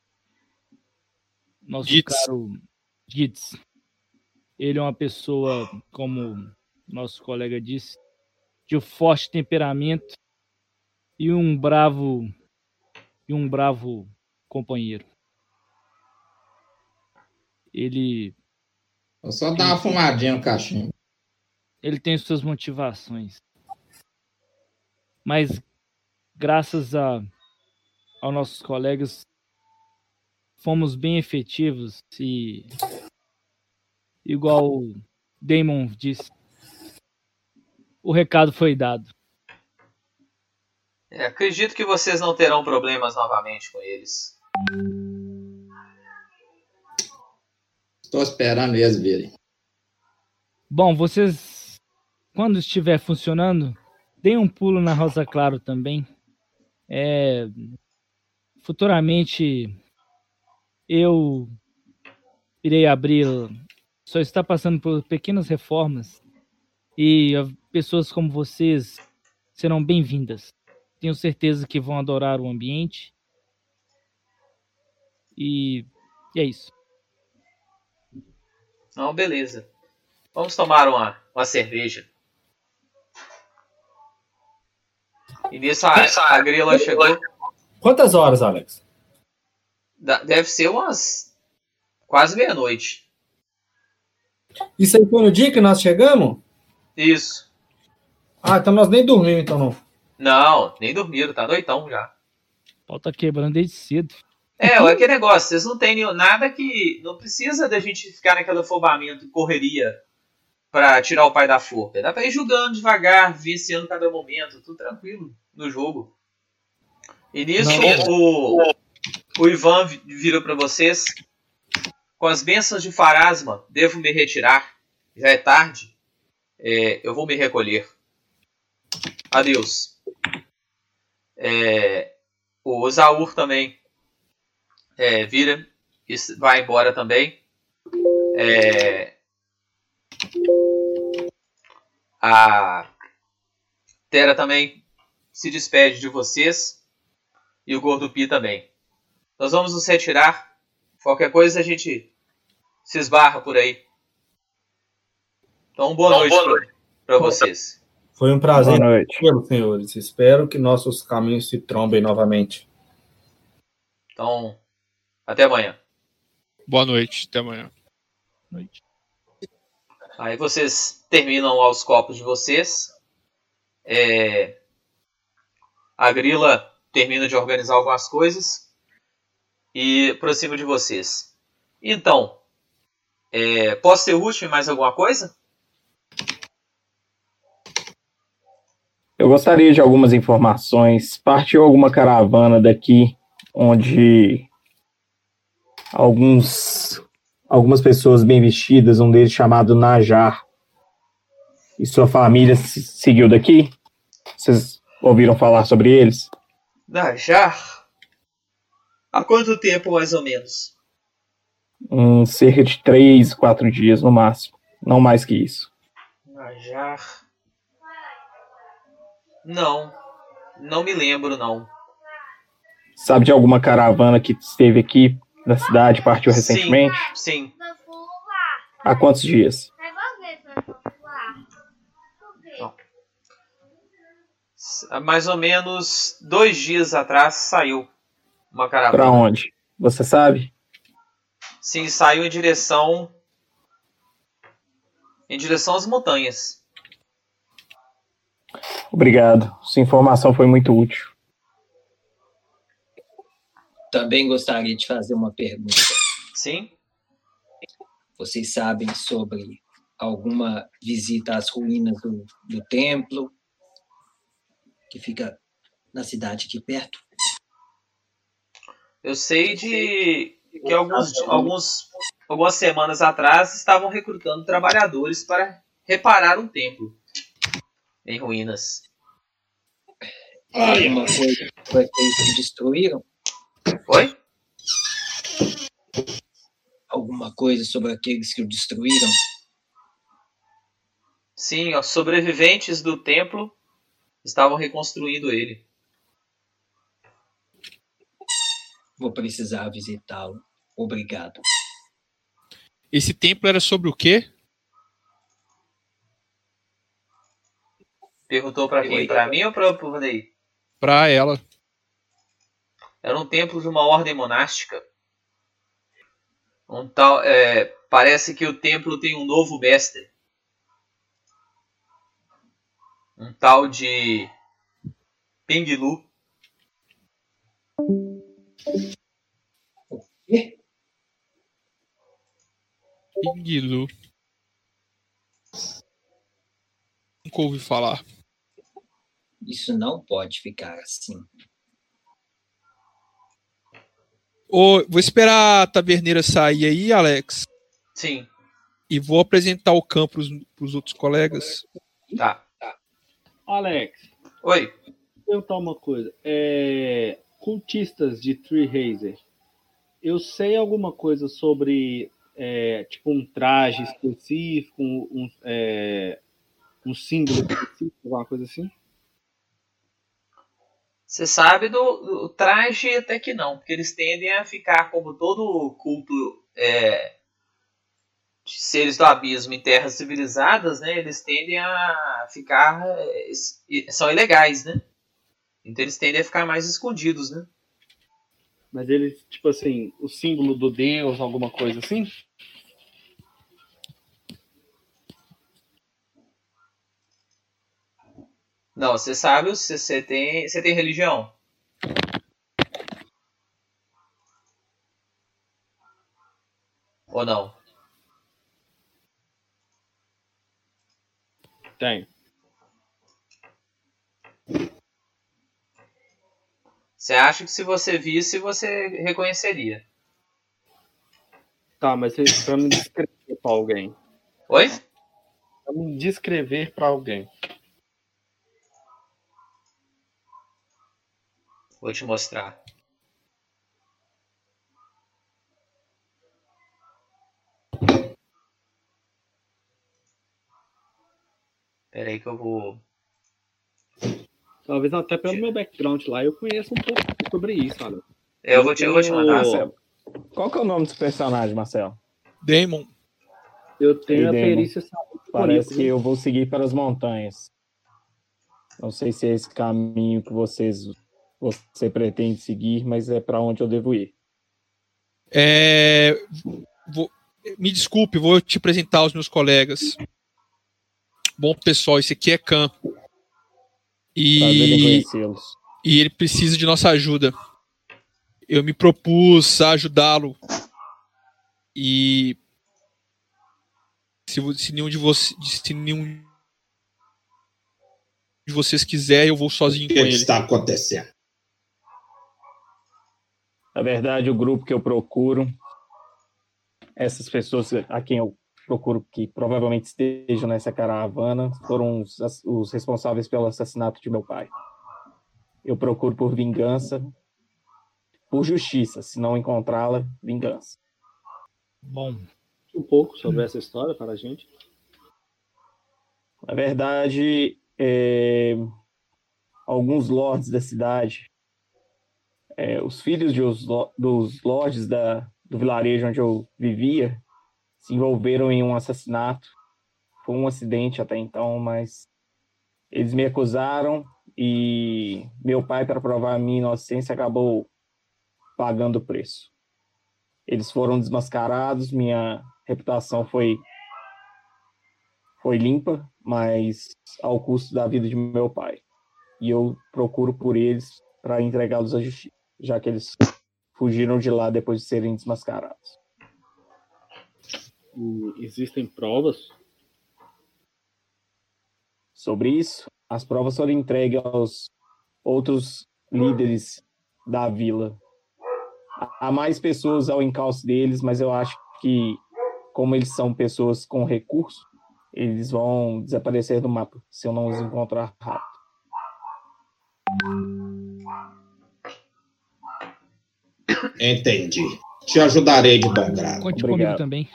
nosso Gitz. caro Gitz. Ele é uma pessoa, como nosso colega disse, de um forte temperamento e um bravo e um bravo companheiro. Ele Eu só dar uma fumadinha no cachimbo. Ele tem suas motivações. Mas graças a aos nossos colegas fomos bem efetivos e igual o Damon disse, o recado foi dado. É, acredito que vocês não terão problemas novamente com eles. Estou esperando eles virem. Bom, vocês, quando estiver funcionando, deem um pulo na Rosa Claro também. É, futuramente, eu irei abrir, só está passando por pequenas reformas e pessoas como vocês serão bem-vindas. Tenho certeza que vão adorar o ambiente. E, e é isso. Não, beleza. Vamos tomar uma, uma cerveja. E nisso a, a grila chegou. Quantas horas, Alex? Deve ser umas quase meia-noite. Isso aí foi no dia que nós chegamos? Isso. Ah, então nós nem dormimos, então não. Não, nem dormiram, tá noitão já. O pau tá quebrando desde cedo. É, é aquele negócio, vocês não tem nada que... Não precisa da gente ficar naquele afobamento e correria pra tirar o pai da forca. Dá pra ir jogando devagar, vencendo cada momento, tudo tranquilo no jogo. E nisso, o, o Ivan vira pra vocês. Com as bênçãos de Farasma, devo me retirar. Já é tarde. É, eu vou me recolher. Adeus. É, o Zaur também é, vira vai embora também. É, a Tera também se despede de vocês. E o Gordo Pi também. Nós vamos nos retirar. Qualquer coisa a gente se esbarra por aí. Então, boa Então, noite para vocês. Foi um prazer, Boa noite. senhores. Espero que nossos caminhos se trombem novamente. Então, até amanhã. Boa noite, até amanhã. Noite. Aí vocês terminam lá os copos de vocês. É, a Grila termina de organizar algumas coisas e aproxima de vocês. Então, é, posso ser útil em mais alguma coisa? Eu gostaria de algumas informações. Partiu alguma caravana daqui onde alguns, algumas pessoas bem vestidas, um deles chamado Najar, e sua família se- seguiu daqui? Vocês ouviram falar sobre eles? Najar? Há quanto tempo, mais ou menos? Em cerca de três, quatro dias no máximo. Não mais que isso. Najar... Não. Não me lembro, não. Sabe de alguma caravana que esteve aqui na cidade, partiu recentemente? Sim. Há quantos dias? Há mais ou menos dois dias atrás saiu uma caravana. Para onde? Você sabe? Sim, saiu em direção... Em direção às montanhas. Obrigado. Sua informação foi muito útil. Também gostaria de fazer uma pergunta. Sim? Vocês sabem sobre alguma visita às ruínas do, do templo, que fica na cidade aqui perto? Eu sei de que alguns, alguns, algumas semanas atrás estavam recrutando trabalhadores para reparar um templo em ruínas. Alguma coisa foi aqueles que destruíram? Oi? Alguma coisa sobre aqueles que o destruíram? Sim, os sobreviventes do templo estavam reconstruindo ele. Vou precisar visitá-lo. Obrigado. Esse templo era sobre o quê? Perguntou para quem? Para mim ou para o Vanei? Para ela. Era um templo de uma ordem monástica. Um tal, é, parece que o templo tem um novo mestre. Um tal de Pinglu. O quê? Pinglu. Nunca ouvi falar. Isso não pode ficar assim. Ô, vou esperar a taverneira sair aí, Alex. Sim. E vou apresentar o campo para os outros colegas. Tá. Alex, Oi. vou perguntar uma coisa. É, cultistas de Tree Razer, eu sei alguma coisa sobre é, tipo um traje específico, um, é, um símbolo específico, alguma coisa assim? Você sabe do, do traje até que não, porque eles tendem a ficar como todo culto é, de seres do abismo em terras civilizadas, né? Eles tendem a ficar é, são ilegais, né? Então eles tendem a ficar mais escondidos, né? Mas eles, tipo assim, o símbolo do deus, alguma coisa assim? Não, você sabe, você, você tem, você tem religião? Ou não? Tem. Você acha que se você visse, você reconheceria? Tá, mas para me descrever para alguém. Oi? Para me descrever para alguém. Vou te mostrar. Pera aí que eu vou... Talvez até pelo meu background lá eu conheço um pouco sobre isso, olha. Eu vou te, eu vou te mandar. Marcelo, qual que é o nome do personagem, Marcelo? Damon. Eu tenho E a Damon. perícia. Parece que eu vou seguir para as montanhas. Não sei se é esse caminho que vocês você pretende seguir, mas é para onde eu devo ir. É, vou, me desculpe, vou te apresentar aos meus colegas. Bom, pessoal, esse aqui é Khan. Prazer em E, conhecê-los. e ele precisa de nossa ajuda. Eu me propus a ajudá-lo. E se, se nenhum de vocês, se nenhum de vocês quiser, eu vou sozinho O que com ele. está acontecendo? Na verdade, o grupo que eu procuro, essas pessoas a quem eu procuro que provavelmente estejam nessa caravana, foram os, os responsáveis pelo assassinato de meu pai. Eu procuro por vingança, por justiça. Se não encontrá-la, vingança. Bom, um pouco sobre essa história para a gente. Na verdade, é, alguns lords da cidade, é, os filhos de os, dos lords da, do vilarejo onde eu vivia, se envolveram em um assassinato. Foi um acidente até então, mas eles me acusaram e meu pai, para provar a minha inocência, acabou pagando o preço. Eles foram desmascarados, minha reputação foi, foi limpa, mas ao custo da vida de meu pai. E eu procuro por eles para entregá-los à justiça, já que eles fugiram de lá depois de serem desmascarados. E existem provas sobre isso? As provas foram entregues aos outros líderes da vila. Há mais pessoas ao encalço deles, mas eu acho que, como eles são pessoas com recurso, eles vão desaparecer do mapa se eu não os encontrar rápido. Entendi. Te ajudarei de bom grado. Conte Obrigado. comigo também.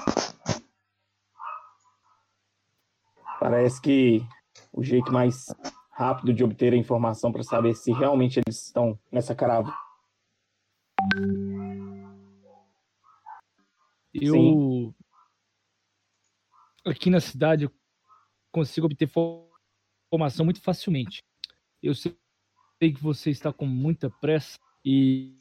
Parece que o jeito mais rápido de obter a informação para saber se realmente eles estão nessa caravana. Eu, Sim. aqui na cidade, eu consigo obter informação muito facilmente. Eu sei que você está com muita pressa e,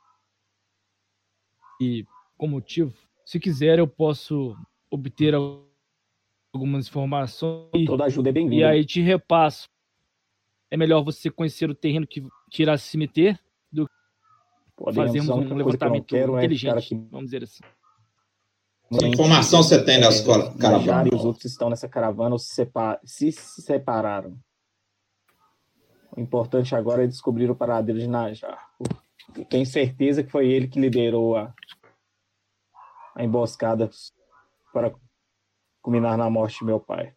e com motivo. Se quiser, eu posso obter algumas informações. Toda ajuda é bem-vinda. E aí te repasso. É melhor você conhecer o terreno que, que irá se meter do que fazermos um levantamento que quero inteligente, é que... vamos dizer assim. Que informação você tem da escola caravana? E os outros estão nessa caravana ou se, separ... se se separaram. O importante agora é descobrir o paradeiro de Najar. Eu tenho certeza que foi ele que liderou a, a emboscada para culminar na morte de meu pai.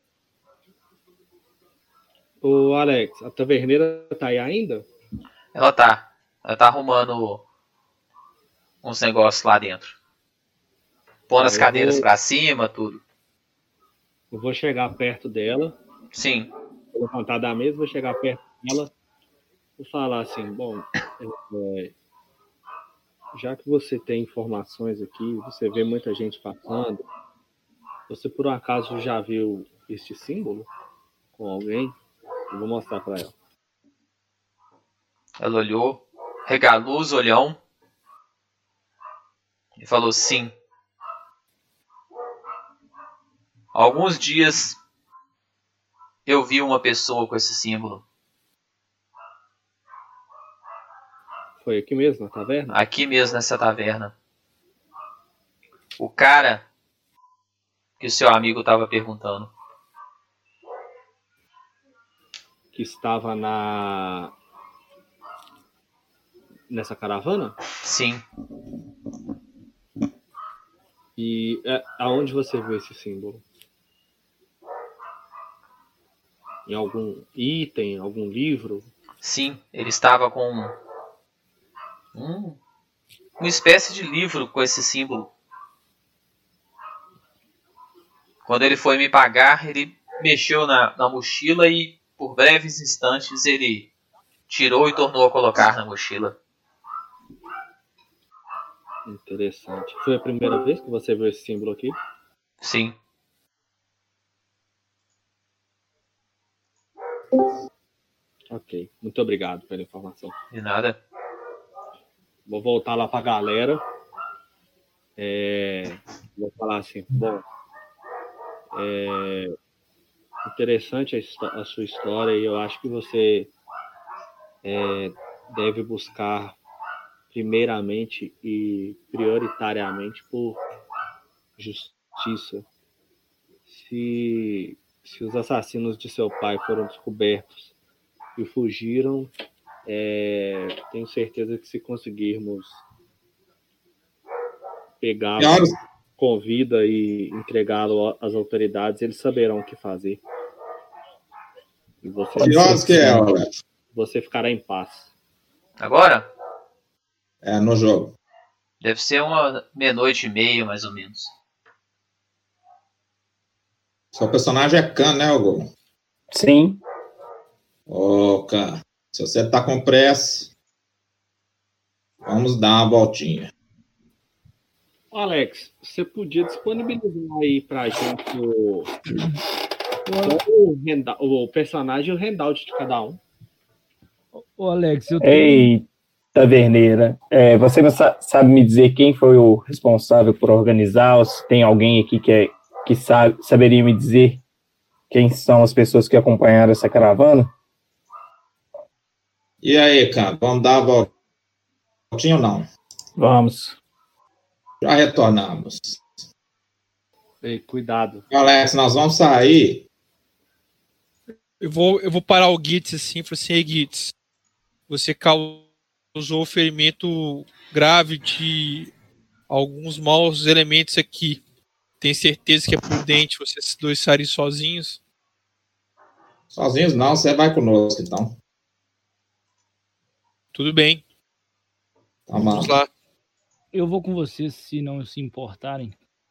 Ô Alex, a taverneira tá aí ainda? Ela tá. Ela tá arrumando uns negócios lá dentro. Pondo as cadeiras vou... pra cima, tudo. Eu vou chegar perto dela. Sim. Vou levantar da mesa, vou chegar perto dela. Vou falar assim, bom, é, já que você tem informações aqui, você vê muita gente passando, você por um acaso já viu este símbolo com alguém? Eu vou mostrar para ela. Ela olhou, regalou os olhão e falou sim. Há alguns dias eu vi uma pessoa com esse símbolo. Foi aqui mesmo, na taverna? Aqui mesmo, nessa taverna. O cara que o seu amigo estava perguntando. Que estava na... nessa caravana? Sim. E é, aonde você viu esse símbolo? Em algum item, algum livro? Sim, ele estava com um, uma espécie de livro com esse símbolo. Quando ele foi me pagar, ele mexeu na, na mochila e por breves instantes ele tirou e tornou a colocar na mochila. Interessante. Foi a primeira vez que você viu esse símbolo aqui? Sim. Ok. Muito obrigado pela informação. De nada. Vou voltar lá para a galera. É, vou falar assim, bom, é interessante a, a sua história e eu acho que você é, deve buscar primeiramente e prioritariamente por justiça. Se, se os assassinos de seu pai foram descobertos e fugiram, é, tenho certeza que se conseguirmos pegá-lo com vida e entregá-lo às autoridades, eles saberão o que fazer. E você, que é, você ficará em paz. Agora? É, no jogo. Deve ser uma meia-noite e meia, mais ou menos. Seu personagem é Khan, né, Hugo? Sim. Ô, Khan, se você tá com pressa, vamos dar uma voltinha. Alex, você podia disponibilizar aí pra gente o, o, renda, o personagem e o handout de cada um? Ô, Alex, eu tenho... Ei, taverneira, é, você não sa- sabe me dizer quem foi o responsável por organizar, ou se tem alguém aqui que, é, que sabe, saberia me dizer quem são as pessoas que acompanharam essa caravana? E aí, Khan, vamos dar uma voltinha ou não? Vamos. Já retornamos. Ei, cuidado. Alex, nós vamos sair. Eu vou, eu vou parar o Gitz assim e falar assim, ei, Gitz, você causou ferimento grave de alguns maus elementos aqui. Tem certeza que é prudente vocês dois saírem sozinhos? Sozinhos não, você vai conosco, então. Tudo bem. Tá, Vamos mano. lá. Eu vou com vocês, se não se importarem.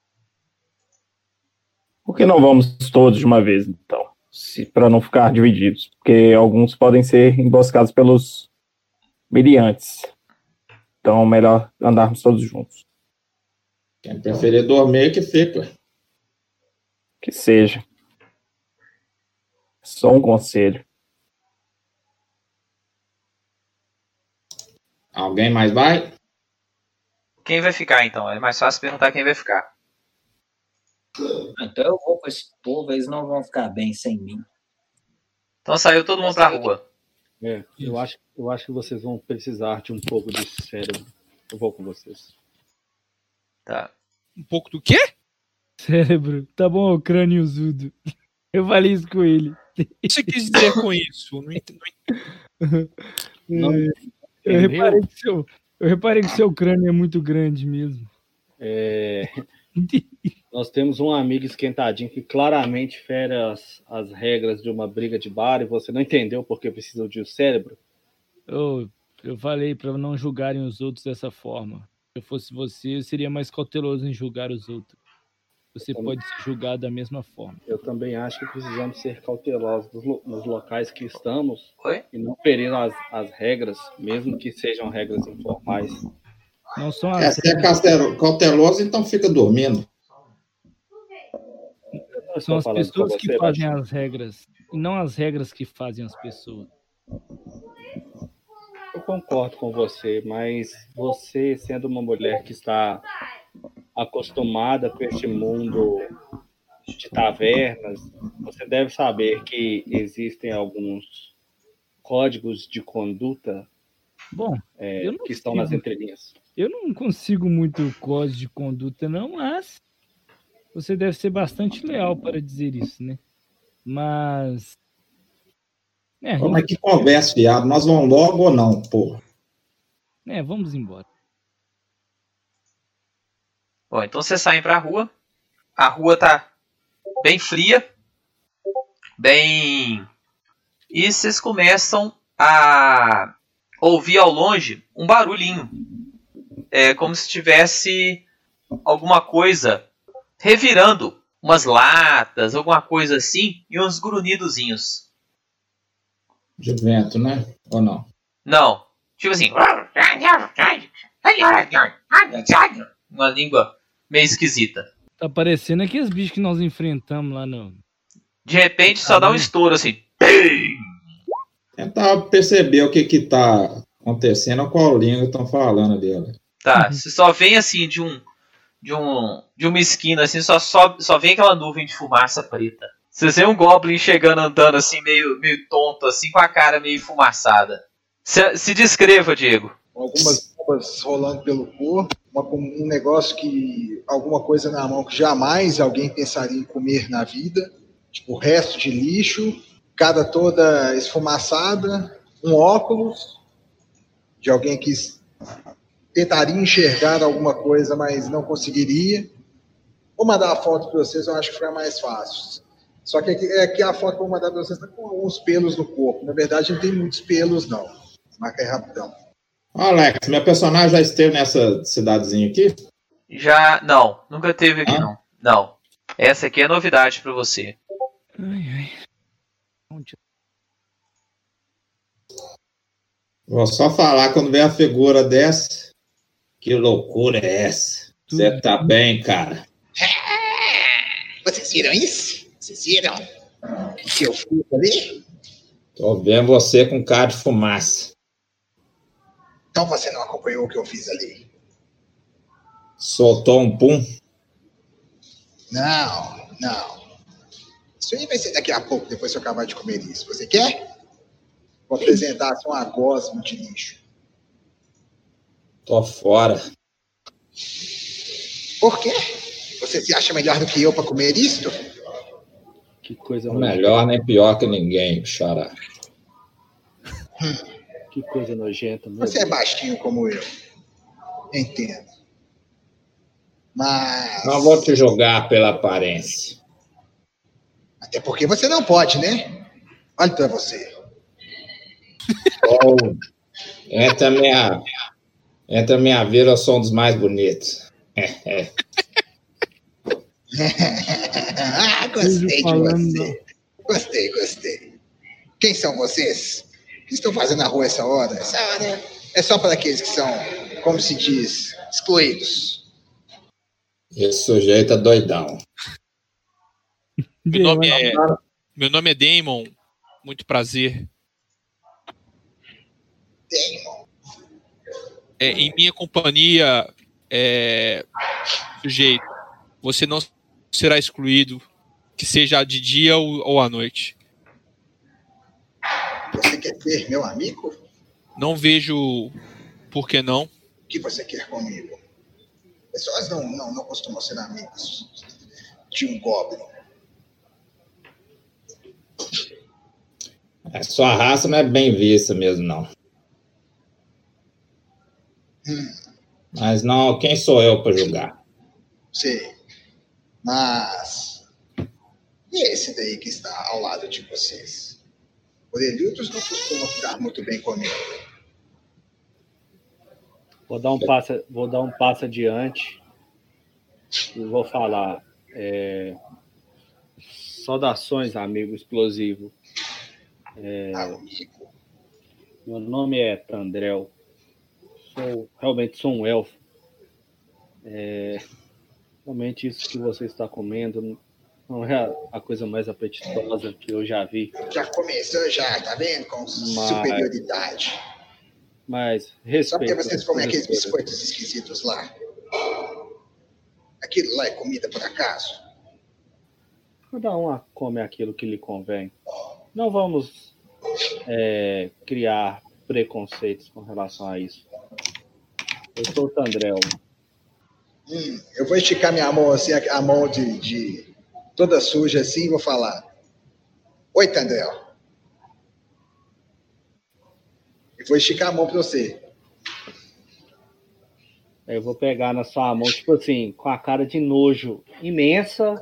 Por que não vamos todos de uma vez, então? Para não ficar divididos. Porque alguns podem ser emboscados pelos miliantes. Então, melhor andarmos todos juntos. Quem preferir dormir, que fica. Que seja. Só um conselho. Alguém mais vai? Quem vai ficar, então? É mais fácil perguntar quem vai ficar. Então eu vou com esse povo, eles não vão ficar bem sem mim. Então saiu todo mundo pra rua. É, eu acho, eu acho que vocês vão precisar de um pouco de cérebro. Eu vou com vocês. Tá. Um pouco do quê? Cérebro. Tá bom, ô crâniozudo. Eu falei isso com ele. O que você quis dizer com isso? Não ent- não ent- Não, eu, reparei que seu, eu reparei que seu crânio é muito grande mesmo. É, nós temos um amigo esquentadinho que claramente fere as, as regras de uma briga de bar e você não entendeu porque precisa de um cérebro? Eu, eu falei para não julgarem os outros dessa forma. Se eu fosse você, eu seria mais cauteloso em julgar os outros. Você pode se julgar da mesma forma. Eu também acho que precisamos ser cautelosos nos, lo- nos locais que estamos Oi? e não ferir as, as regras, mesmo que sejam regras informais. Não são É, as se é castelo- cauteloso, então fica dormindo. São as falando pessoas com que você, fazem Baixinho. as regras. E não as regras que fazem as pessoas. Eu concordo com você, mas você, sendo uma mulher que está acostumada com este mundo de tavernas, você deve saber que existem alguns códigos de conduta Bom, é, eu não que estão sigo- nas entrelinhas. Eu não consigo muito código de conduta, não, mas você deve ser bastante leal para dizer isso, né? Mas. É, Como é que conversa, fiado? Nós vamos logo ou não, porra? é, vamos embora. Bom, então vocês saem pra rua. A rua tá bem fria. Bem... E vocês começam a ouvir ao longe um barulhinho. É como se tivesse alguma coisa revirando umas latas, alguma coisa assim, e uns grunhidozinhos. De vento, né? Ou não? Não. Tipo assim. Uma língua meio esquisita. Tá parecendo aqueles bichos que nós enfrentamos lá no... De repente só dá um estouro assim. Tentar perceber o que que tá acontecendo, qual língua estão falando dela. Tá, você só vem assim de um... De, um, de uma esquina, assim, só, só, só vem aquela nuvem de fumaça preta. Você vê um Goblin chegando, andando assim, meio, meio tonto, assim, com a cara meio fumaçada. Se, se descreva, Diego. Algumas bombas rolando pelo corpo, uma, um negócio que... Alguma coisa na mão que jamais alguém pensaria em comer na vida. Tipo, o resto de lixo, cara toda esfumaçada, um óculos de alguém que tentaria enxergar alguma coisa, mas não conseguiria. Vou mandar a foto para vocês, eu acho que foi a mais fácil. Só que aqui, aqui a foto que eu vou mandar para vocês está com alguns pelos no corpo. Na verdade, não tem muitos pelos, não. Marca aí rapidão. Alex, meu personagem já esteve nessa cidadezinha aqui? Já, não. Nunca teve aqui, ah? não. Não. Essa aqui é novidade para você. Ai, ai. Vou só falar quando vem a figura dessa. Que loucura é essa? Você tá bem, cara? Vocês viram isso? Vocês viram o que eu fiz ali? Tô vendo você com cara de fumaça. Então você não acompanhou o que eu fiz ali? Soltou um pum? Não, não. Isso aí vai ser daqui a pouco, depois que eu acabar de comer isso. Você quer? Vou apresentar assim, uma gosma de lixo. Tô fora. Por quê? Você se acha melhor do que eu para comer isto? Que coisa melhor nem pior que ninguém, xará. Hum. Que coisa nojenta. Você é baixinho como eu. Entendo. Mas... Não vou te julgar pela aparência. Até porque você não pode, né? Olha pra você. Oh, entra minha... Entra minha vida, eu sou um dos mais bonitos. Ah, gostei de você. Gostei, gostei. Quem são vocês? O que estão fazendo na rua essa hora? Essa hora é só para aqueles que são, como se diz, excluídos. Esse sujeito é doidão. Meu nome é, meu nome é Damon. Muito prazer. Damon. É, em minha companhia, é, sujeito, você não será excluído, que seja de dia ou, ou à noite. Você quer ser meu amigo? Não vejo por que não. O que você quer comigo? Pessoas não, não, não costumam ser amigos de um Goblin. A sua raça não é bem vista mesmo, não. Hum. Mas não, quem sou eu para julgar? Sei. Mas... E esse daí que está ao lado de vocês? Orelhudos não costumam ficar muito bem comigo. Vou dar um passo, vou dar um passo adiante e vou falar. É, saudações, amigo explosivo. É, amigo. Meu nome é Tandrel. Sou, realmente sou um elfo. É, realmente isso que você está comendo não é a, a coisa mais apetitosa que eu já vi. Já começou, já, tá vendo? Com mas, superioridade. Mas respeito. Só porque vocês comem aqueles biscoitos esquisitos lá. Aquilo lá é comida por acaso? Cada um come aquilo que lhe convém. Não vamos é, criar preconceitos com relação a isso. Eu sou o Tandrel. Hum, eu vou esticar minha mão assim, a mão de, de toda suja assim, e vou falar. Oi, Tandrel. E vou esticar a mão para você. Eu vou pegar na sua mão, tipo assim, com a cara de nojo imensa.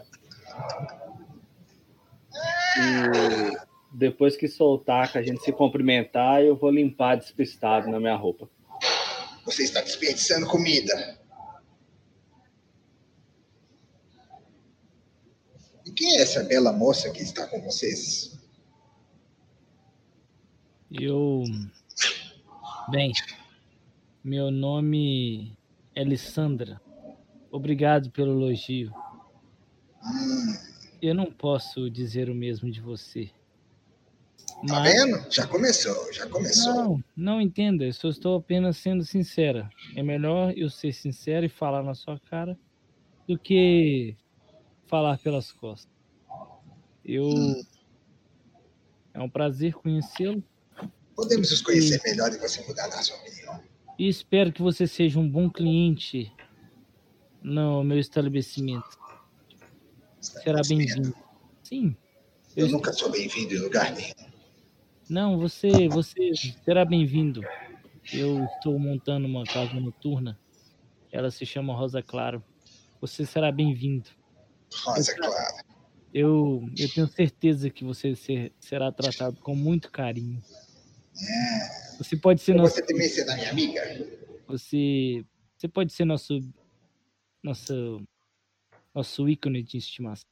E depois que soltar, que a gente se cumprimentar, eu vou limpar despistado na minha roupa. Você está desperdiçando comida. Quem é essa bela moça que está com vocês? Eu. Bem, meu nome é Lissandra. Obrigado pelo elogio. Hum, Eu não posso dizer o mesmo de você. tá Mas... vendo? Já começou, já começou. Não, não entenda. Eu só estou apenas sendo sincera. É melhor eu ser sincero e falar na sua cara do que falar pelas costas. Eu... Hum. É um prazer conhecê-lo. Podemos nos conhecer melhor e você mudar a sua opinião. E espero que você seja um bom cliente no meu estabelecimento. Será bem-vindo. Sim. Eu, eu nunca sou bem-vindo em lugar nenhum. Não, você, você será bem-vindo. Eu estou montando uma casa noturna. Ela se chama Rosa Claro. Você será bem-vindo. Rosa eu, Claro. Eu, eu tenho certeza que você ser, será tratado com muito carinho. É. Você pode ser nosso... Você também será minha amiga? Você, você pode ser nosso, nosso, nosso ícone de estimação.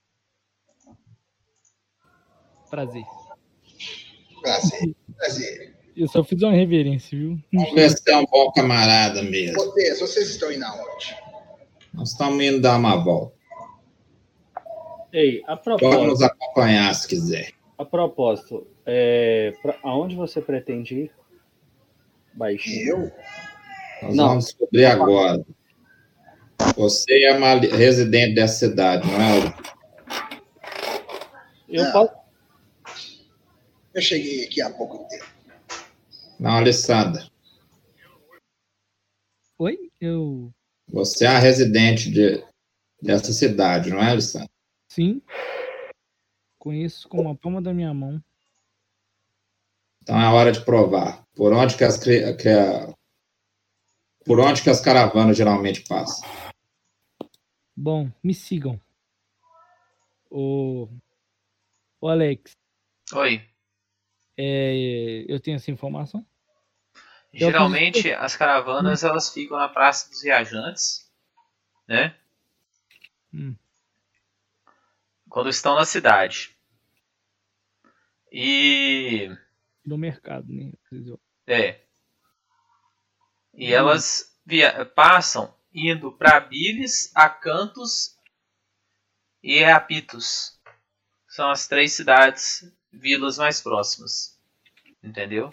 Prazer. Prazer, prazer. Eu só fiz uma reverência, viu? Vamos ver se é um bom camarada mesmo. Vocês, vocês estão indo aonde? Nós estamos indo dar uma volta. Ei, a propósito... Pode nos acompanhar se quiser. A propósito, é, pra, aonde você pretende ir? Baixinho. Eu? Nós não. vamos descobrir agora. Você é uma residente dessa cidade, não é? Eu não. posso... Eu cheguei aqui há pouco tempo. Não, Alessandra. Oi? Eu... Você é a residente de, dessa cidade, não é, Alessandra? Sim. Conheço com a palma da minha mão. Então é hora de provar. Por onde que as, que a, por onde que as caravanas geralmente passam? Bom, me sigam. O, o Alex. Oi. É, eu tenho essa informação? Geralmente as caravanas elas ficam na Praça dos Viajantes, né? Hum. Quando estão na cidade. E... No mercado, né? É. E hum. elas via... passam indo para Bilis, Acantos e Apitos. São as três cidades, vilas mais próximas. Entendeu?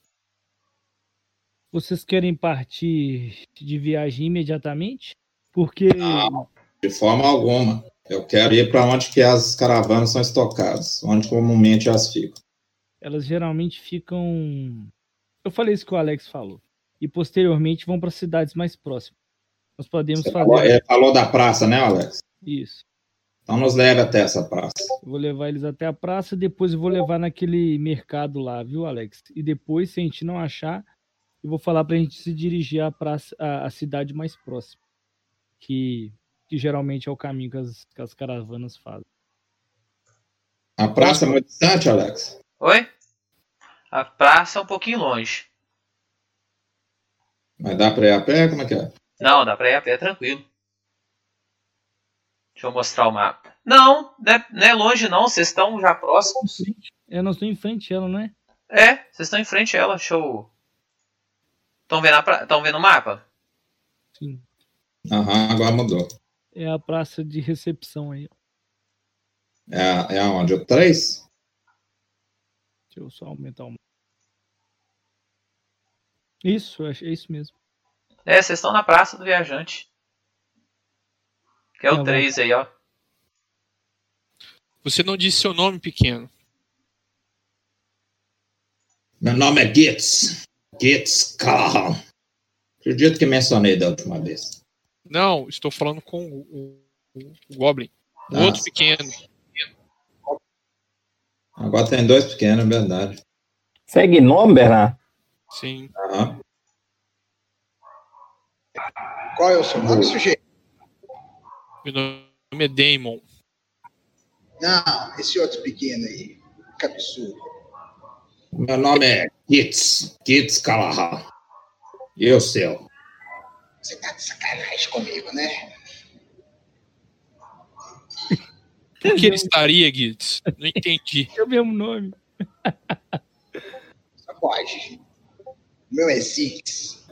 Vocês querem partir de viagem imediatamente? Porque... Não, de forma alguma. Eu quero ir para onde que as caravanas são estocadas, onde comumente elas ficam. Elas geralmente ficam... Eu falei isso que o Alex falou. E posteriormente vão para cidades mais próximas. Nós podemos Você fazer... Falou, ele falou da praça, né, Alex? Isso. Então nos leve até essa praça. Eu vou levar eles até a praça, depois eu vou levar naquele mercado lá, viu, Alex? E depois, se a gente não achar, eu vou falar pra gente se dirigir à praça, à, à cidade mais próxima. Que... que geralmente é o caminho que as, que as caravanas fazem. A praça é muito distante, Alex? Oi? A praça é um pouquinho longe. Mas dá pra ir a pé? Como é que é? Não, dá pra ir a pé, tranquilo. Deixa eu mostrar o mapa. Não, não é, não é longe não, vocês estão já próximos. É, nós estamos em frente a ela, não é? É, vocês estão em frente a ela, show. Estão vendo, pra... vendo o mapa? Sim. Aham, agora mudou. É a praça de recepção aí. É, é aonde? O três? Deixa eu só aumentar o... Isso, é isso mesmo. É, vocês estão na Praça do Viajante. Que é o três aí, ó. Você não disse seu nome, pequeno. Meu nome é Gitz. Gitz Callahan. Acredito que mencionei da última vez. Não, estou falando com o, o, o Goblin. O Ah. outro pequeno. Agora tem dois pequenos, é verdade. Segue nome, Bernardo? Sim. Aham. Qual é o seu nome, sujeito? Meu nome é Damon. Não, esse outro pequeno aí. Que absurdo. Meu nome é Gitz. Gitz Callahan. E o seu? Você tá de sacanagem comigo, né? Por que ele estaria, Guides? Não entendi. É o mesmo nome. Só pode. O meu é Six.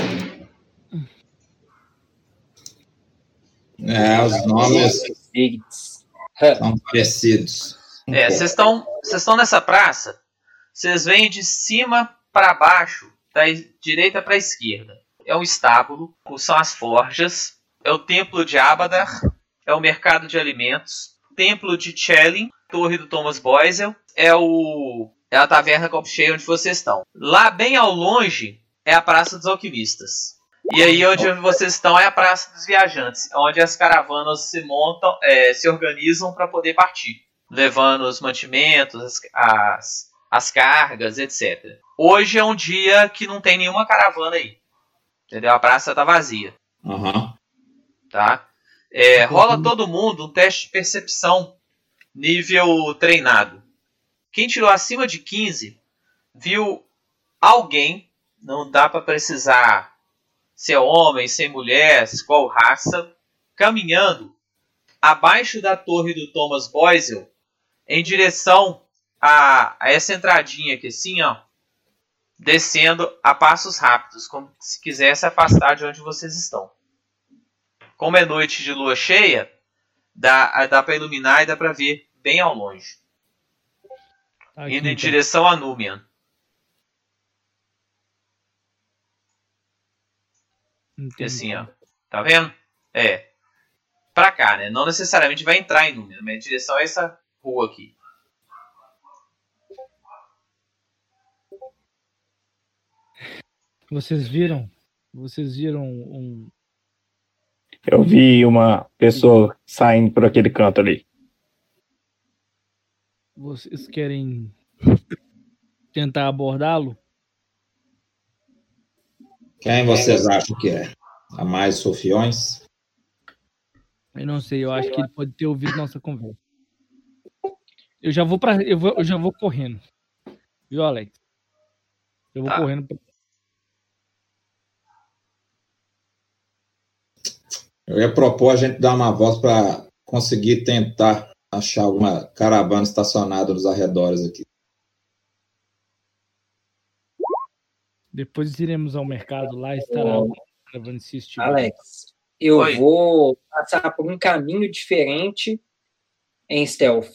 É, os nomes são parecidos. É, vocês estão vocês estão nessa praça, vocês vêm de cima para baixo, da direita para a esquerda. É um estábulo, são as forjas, é o templo de Abadar, é o mercado de alimentos, templo de Chelin, torre do Thomas Boisel, é, o, é a taverna Copo Cheio onde vocês estão. Lá bem ao longe é a Praça dos Alquimistas. E aí onde vocês estão é a Praça dos Viajantes, onde as caravanas se montam, é, se organizam para poder partir, levando os mantimentos, as, as, as cargas, etcétera. Hoje é um dia que não tem nenhuma caravana aí. Entendeu? A praça está vazia. Uhum. Tá? É, rola todo mundo um teste de percepção nível treinado. Quem tirou acima de quinze viu alguém, não dá para precisar se é homem, se é mulher, qual raça, caminhando abaixo da torre do Thomas Boisel em direção a, a essa entradinha aqui assim, ó, descendo a passos rápidos, como se quisesse afastar de onde vocês estão. Como é noite de lua cheia, dá, dá para iluminar e dá para ver bem ao longe. Aqui, indo em então. direção a Númian. E assim, ó. Tá vendo? É. Pra cá, né? Não necessariamente vai entrar em Númian, mas em direção a essa rua aqui. Vocês viram? Vocês viram um... Eu vi uma pessoa saindo por aquele canto ali. Vocês querem tentar abordá-lo? Quem vocês acham que é? A mais Sofiões? Eu não sei, eu acho que ele pode ter ouvido nossa conversa. Eu já vou para, eu, vou, eu já vou correndo. Viu, Alex? Eu vou tá. correndo. Pra... Eu ia propor a gente dar uma volta para conseguir tentar achar alguma caravana estacionada nos arredores aqui. Depois iremos ao mercado, lá estará oh. a caravana se estiver. Alex, eu Oi. vou passar por um caminho diferente em stealth.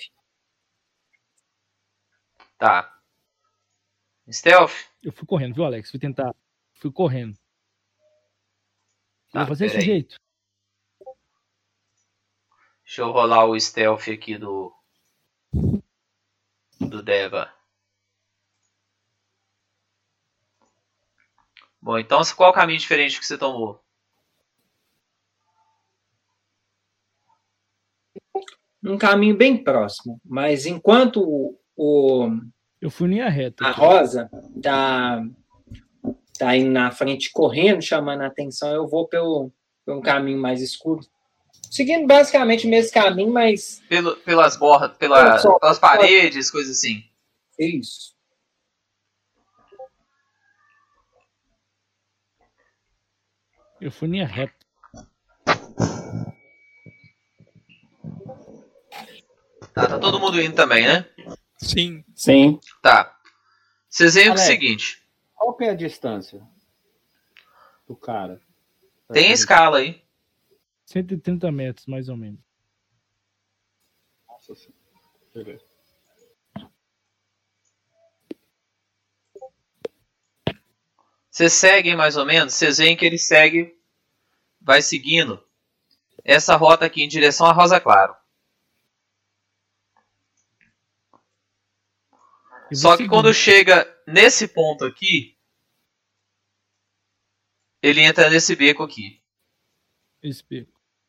Tá. Stealth? Eu fui correndo, viu, Alex? Fui tentar. Fui correndo. Tá, vou fazer desse aí. jeito. Deixa eu rolar o stealth aqui do do Deva. Bom, então qual o caminho diferente que você tomou? Um caminho bem próximo, mas enquanto o, o eu fui linha reta. A Rosa tá tá indo na frente correndo, chamando a atenção, eu vou pelo, pelo caminho mais escuro. Seguindo basicamente o mesmo caminho, mas... Pelo, pelas bordas, pela, só, pelas paredes, coisas assim. Isso. Eu fui linha reta. Tá, tá todo mundo indo também, né? Sim. Sim. Tá. Vocês veem o Alex, seguinte. Qual que é a distância do cara? Tem a escala aí. cento e trinta metros, mais ou menos. Nossa senhora. Beleza. Vocês seguem mais ou menos, vocês veem que ele segue, vai seguindo essa rota aqui em direção a Rosa Claro. Só que seguindo. Quando chega nesse ponto aqui, ele entra nesse beco aqui. Esse beco.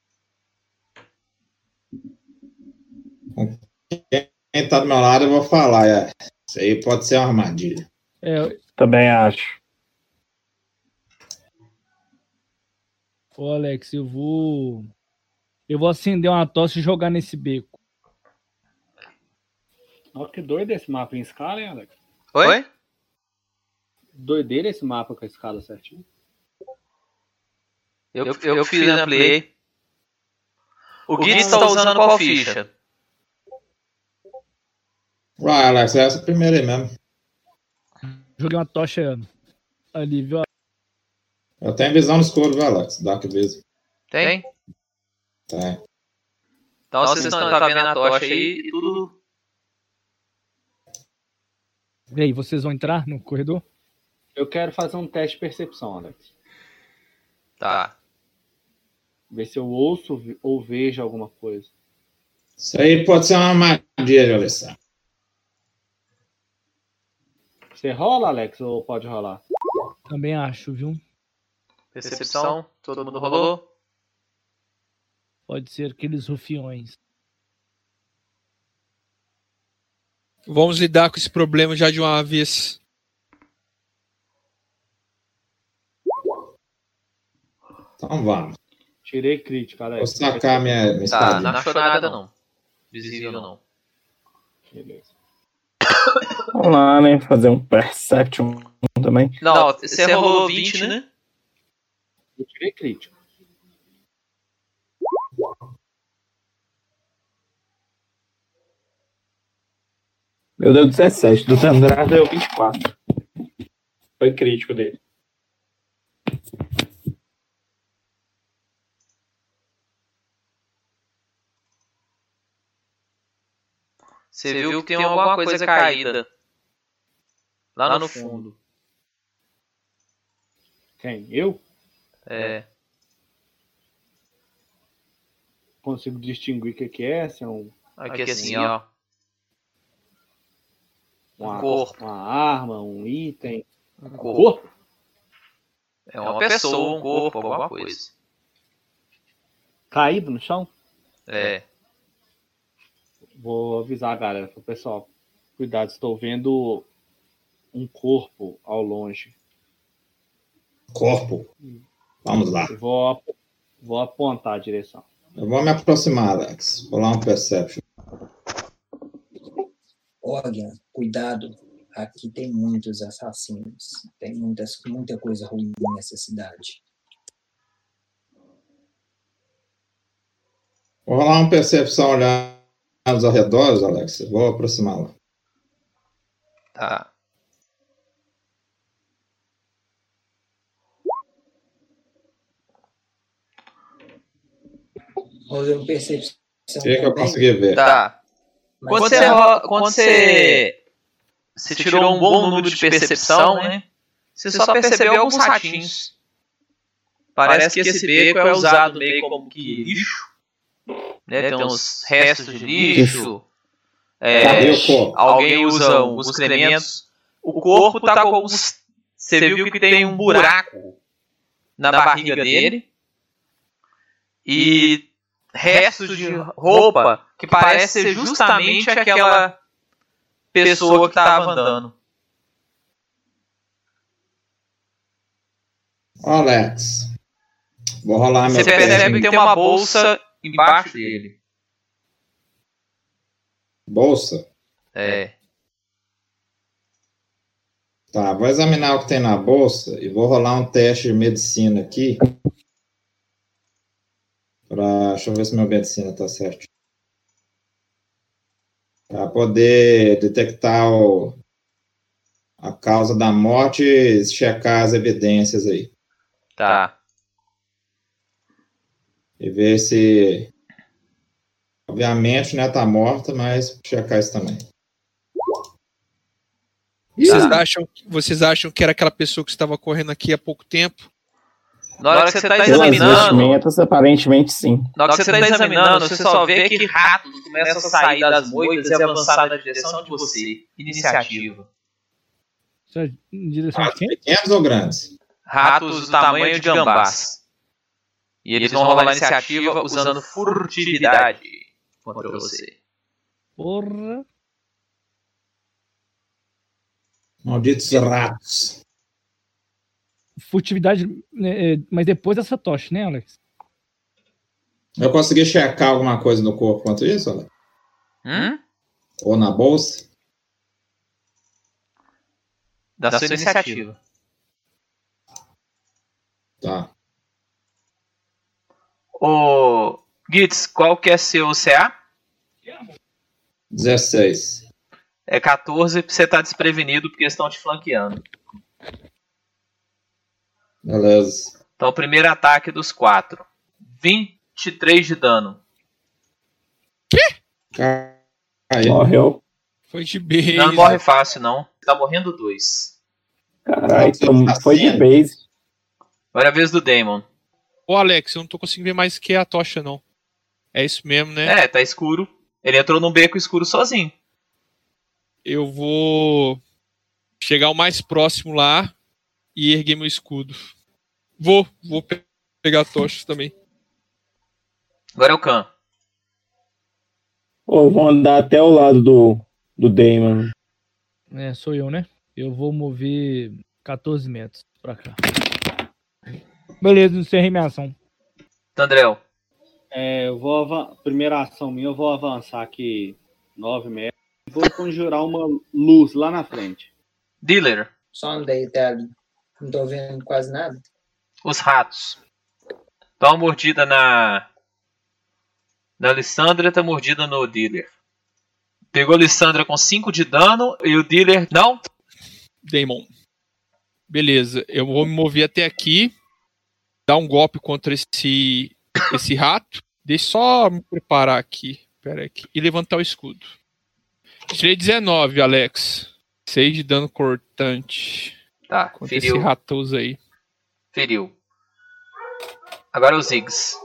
Quem tá do meu lado eu vou falar, é. Isso aí pode ser uma armadilha. É, eu... Também acho. Ô, Alex, eu vou... Eu vou acender uma tocha e jogar nesse beco. Olha que doido esse mapa em escala, hein, Alex? Oi? Doideira esse mapa com a escala certinho. Eu, eu, eu fiz e ampliei. O Guides está usando qual ficha? Vai, Alex, essa primeira aí mesmo. Joguei uma tocha ali, viu? Eu tenho visão no escuro, viu, Alex? Dark Vision. Tem? Tem. Então vocês estão tá vendo a tocha aí e tudo. E aí, vocês vão entrar no corredor? Eu quero fazer um teste de percepção, Alex. Tá. Ver se eu ouço ou vejo alguma coisa. Isso aí pode ser uma armadilha de Alessandro. Você rola, Alex, ou pode rolar? Também acho, viu? Percepção, todo mundo rolou? Pode ser aqueles rufiões. Vamos lidar com esse problema já de uma vez. Então vamos. Tirei crítica, Alex. Vou sacar minha, minha Tá, espadinha. não achou nada não. Visível não. Beleza. Vamos lá, né? Fazer um Perception também. Não, você rolou vinte, né? Eu tirei crítica. Meu deu dezessete, do Tandrás deu vinte e quatro. Foi crítico dele. Você viu que tem alguma coisa caída lá no fundo. Quem? Eu? É. Consigo distinguir o que que é? Se é um... Aqui assim, ó. Uma, Um corpo. uma arma, um item. Um Um corpo. corpo? É uma pessoa, um corpo, alguma coisa. Caído no chão? É. Vou avisar a galera. Pessoal, cuidado, estou vendo um corpo ao longe. Corpo? Vamos lá. Eu vou, ap- vou apontar a direção. Eu vou me aproximar, Alex. Vou lá um Perception. Olha, cuidado. Aqui tem muitos assassinos. Tem muitas, muita coisa ruim nessa cidade. Vou rolar uma percepção olhando aos arredores, Alex. Vou aproximar lá. Tá. Rolei uma percepção. O que, que eu consegui ver? Tá. Mas Quando você, ro- quando você, você tirou um bom número de percepção, né? Você só percebeu alguns ratinhos. Parece que esse beco é usado meio como que lixo. Né? Tem uns restos de lixo. É, Cadê o corpo? alguém usa os excrementos. O corpo tá com alguns... Você viu que tem um buraco na barriga dele. E restos de roupa que parece ser justamente aquela pessoa que estava andando. Alex. Vou rolar Você meu percebe que teste. tem uma bolsa embaixo dele. Bolsa? É. Tá, vou examinar o que tem na bolsa e vou rolar um teste de medicina aqui. Pra... Deixa eu ver se minha medicina tá certo. Para poder detectar o... a causa da morte e checar as evidências aí. Tá. E ver se... Obviamente, né, tá morta, mas checar isso também. Vocês acham, vocês acham que era aquela pessoa que estava correndo aqui há pouco tempo? Na hora que você está Pelas examinando, vestimentas, aparentemente sim. na hora que você está examinando, você só vê que ratos começam a sair das moitas e avançar na direção de você. Iniciativa. Isso é em direção de quem? Pequenos ou grandes? Ratos do tamanho de gambás. E eles vão rolar a iniciativa usando furtividade contra você. Porra. Malditos ratos. Furtividade, né, é, mas depois dessa tocha, né, Alex? Eu consegui checar alguma coisa no corpo quanto isso, Alex? Hum? Ou na bolsa? Da, da sua iniciativa. Tá. Ô, Gitz, qual que é seu C A? dezesseis. É quatorze pra você tá desprevenido porque eles estão te flanqueando. Beleza. Então, o primeiro ataque dos quatro. vinte e três de dano. Aí. Morreu. Foi de base. Não morre fácil, não. Tá morrendo dois. Caralho, foi de base. Agora é a vez do Daemon. Ô, Alex, eu não tô conseguindo ver mais que a tocha, não. É isso mesmo, né? É, tá escuro. Ele entrou num beco escuro sozinho. Eu vou chegar o mais próximo lá e erguer meu escudo. Vou, vou pe- pegar a tocha também. Agora é o Khan. Pô, vou andar até o lado do, do Damon. É, sou eu, né? Eu vou mover quatorze metros pra cá. Beleza, encerrei minha ação. Tandrel. É, eu vou ava- primeira ação minha, eu vou avançar aqui nove metros. Vou conjurar uma luz lá na frente. Dealer. Só andei até ali. Não tô vendo quase nada. Os ratos. Dá uma mordida na... Na Alessandra, tá mordida no Dealer. Pegou a Alessandra com cinco de dano e o Dealer não? Daemon. Beleza, eu vou me mover até aqui. Dar um golpe contra esse, esse rato. Deixa eu só me preparar aqui. Pera aí. E levantar o escudo. Tirei dezenove, Alex. seis de dano cortante. Tá, contra feriu. esse ratoso aí. Feriu. Agora o Ziggs.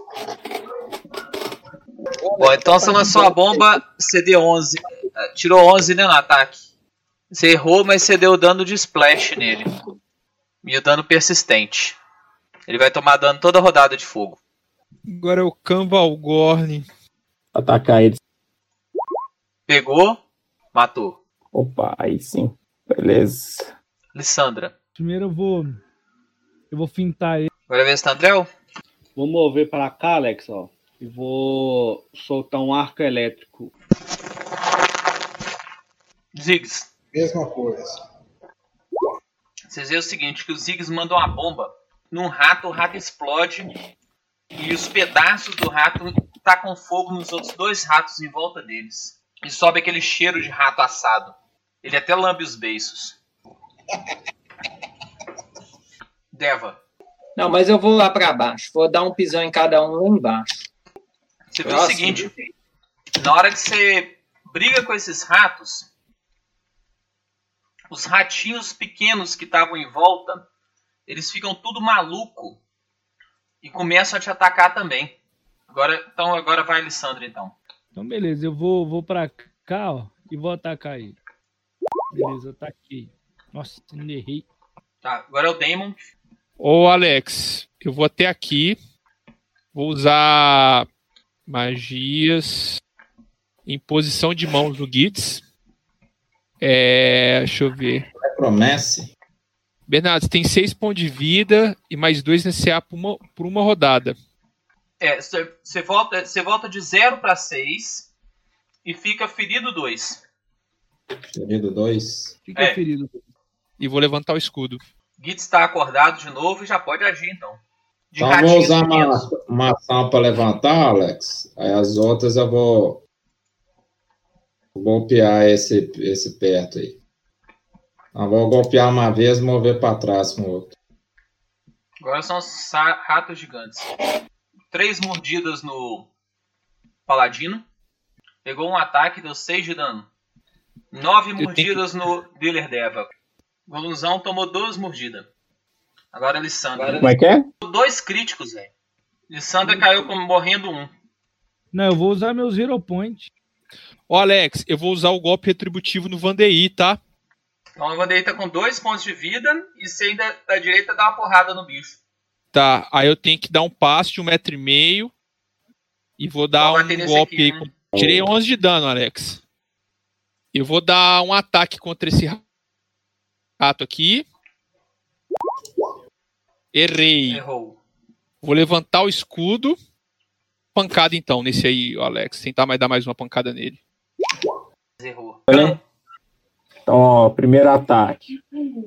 Bom, então você lançou a bomba C D onze. Tirou onze, né, no ataque. Você errou, mas você deu dano de splash nele. E o dano persistente. Ele vai tomar dano toda a rodada de fogo. Agora é o Khan Valgorn. Atacar eles. Pegou, matou. Opa, aí sim. Beleza. Lissandra. Primeiro eu vou. Eu vou fintar ele. Agora é a vez do Tandrel. Vou mover pra cá, Alex, ó. E vou soltar um arco elétrico. Ziggs. Mesma coisa. Vocês veem o seguinte, que o Ziggs manda uma bomba num rato, o rato explode e os pedaços do rato tacam fogo nos outros dois ratos em volta deles. E sobe aquele cheiro de rato assado. Ele até lambe os beiços. Deva. Não, mas eu vou lá pra baixo. Vou dar um pisão em cada um lá embaixo. Você vê o Próximo. seguinte, na hora que você briga com esses ratos, os ratinhos pequenos que estavam em volta, eles ficam tudo maluco e começam a te atacar também. Agora, então agora vai, Alessandra, então. Então, beleza, eu vou, vou pra cá, ó, e vou atacar ele. Beleza, ataquei. Nossa, errei. Tá, agora é o Daemon. Ô, Alex, eu vou até aqui. Vou usar magias em posição de mãos no Gitz. É, deixa eu ver. Promesse. Bernardo, você tem seis pontos de vida e mais dois nesse C A por uma, por uma rodada. É, você volta, você volta de zero para seis e fica ferido dois. Ferido dois. Fica É. ferido. E vou levantar o escudo. Gitz está acordado de novo e já pode agir, então. De Então eu vou ratinhos usar uma, pequenos. uma ação para levantar, Alex. Aí as outras eu vou vou golpear esse, esse perto aí. Eu vou golpear uma vez e mover para trás com o outro. Agora são os sa- ratos gigantes. Três mordidas no Paladino. Pegou um ataque, deu seis de dano. Nove mordidas no Dealer Deva. O Golunzão tomou duas mordidas. Agora a Lissandra. Como é que é? Dois críticos, velho. Lissandra caiu como morrendo um. Não, eu vou usar meu Zero Point. Ô, Alex, eu vou usar o golpe retributivo no Vandeir, tá? Então a Vandeir tá com dois pontos de vida e você ainda da direita dá uma porrada no bicho. Tá, aí eu tenho que dar um passo de um metro e meio e vou dar Vai bater um nesse golpe aqui, aí. né? com- Tirei onze de dano, Alex. Eu vou dar um ataque contra esse rato aqui. Errei. Errou. Vou levantar o escudo. Pancada então nesse aí, ó, Alex. Tentar mais dar mais uma pancada nele. Errou. Então, ó, primeiro ataque.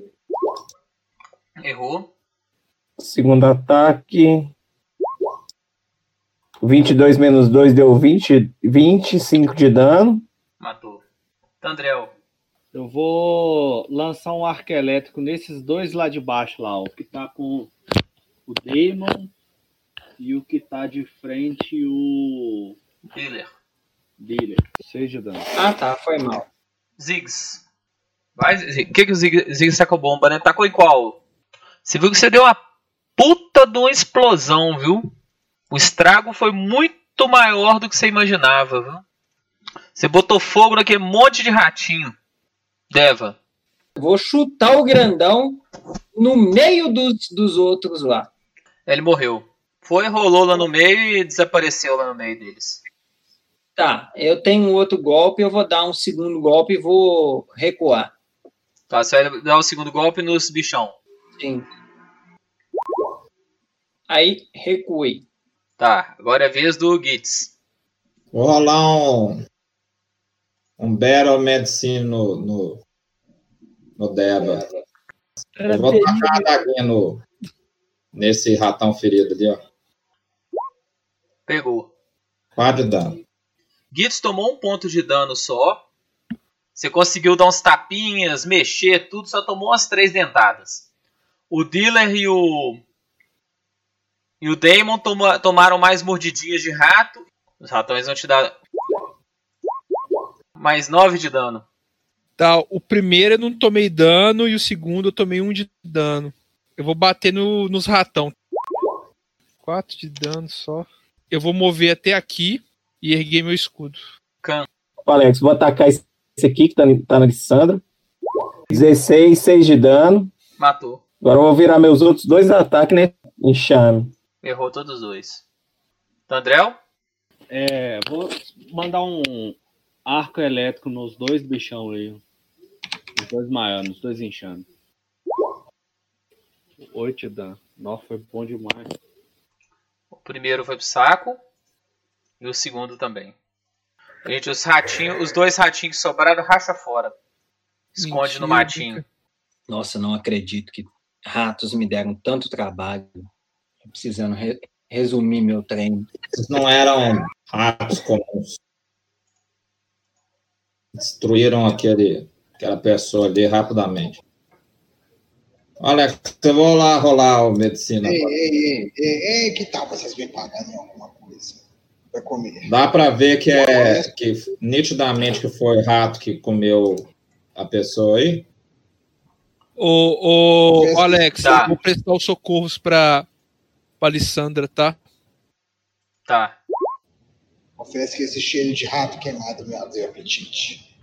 Errou. Segundo ataque. vinte e dois menos dois deu vinte, vinte e cinco de dano. Matou. Tandrel. Eu vou lançar um arco elétrico nesses dois lá de baixo, lá, o que tá com o Damon e o que tá de frente, o Dealer. Dealer. Seja dano. Ah, tá, foi mal. Ziggs. Vai, Ziggs. O que, que o Ziggs, Ziggs tá com bomba, né? Tacou em qual? Você viu que você deu uma puta de uma explosão, viu? O estrago foi muito maior do que você imaginava, viu? Você botou fogo naquele monte de ratinho. Deva. Vou chutar o grandão no meio dos, dos outros lá. Ele morreu. Foi, rolou lá no meio e desapareceu lá no meio deles. Tá, eu tenho um outro golpe, eu vou dar um segundo golpe e vou recuar. Tá, você vai dar o segundo golpe nos bichão. Sim. Aí, recuei. Tá, agora é a vez do Gitz. Vou rolar um, um Battle Medicine no, no, no Deva. Eu vou tacar a daguinha no, nesse ratão ferido ali, ó. Pegou. Quatro de dano. Gitz tomou um ponto de dano só. Você conseguiu dar uns tapinhas, mexer, tudo, só tomou umas três dentadas. O Dealer e o... E o Damon toma, tomaram mais mordidinhas de rato. Os ratões vão te dar mais nove de dano. Tá, o primeiro eu não tomei dano e o segundo eu tomei um de dano. Eu vou bater no, nos ratão. Quatro de dano só. Eu vou mover até aqui e erguer meu escudo. Can. Alex, vou atacar esse aqui que tá, tá na Alessandra. dezesseis, seis de dano. Matou. Agora eu vou virar meus outros dois ataques, né? Enxame. Errou todos os dois. Tandrel? É, vou mandar um arco elétrico nos dois bichão aí. Nos dois maiores, nos dois enxames. Oito de dano. Nossa, foi bom demais. O primeiro foi pro saco. E o segundo também. Gente, os ratinhos, os dois ratinhos que sobraram, racha fora. Esconde Mentira, no matinho. Nossa, não acredito que ratos me deram tanto trabalho. Tô precisando re resumir meu treino. Esses não eram ratos comuns. Destruíram aquele, aquela pessoa ali rapidamente. Alex, eu vou lá rolar o medicina. Ei, ei, ei, ei, ei, que tal vocês me pagando em alguma coisa para comer? Dá para ver que é que nitidamente que foi rato que comeu a pessoa aí? Ô, ô Alex, Tá. eu vou prestar os socorros pra, pra Alessandra, tá? Tá. Confesso que esse cheiro de rato queimado me deu apetite.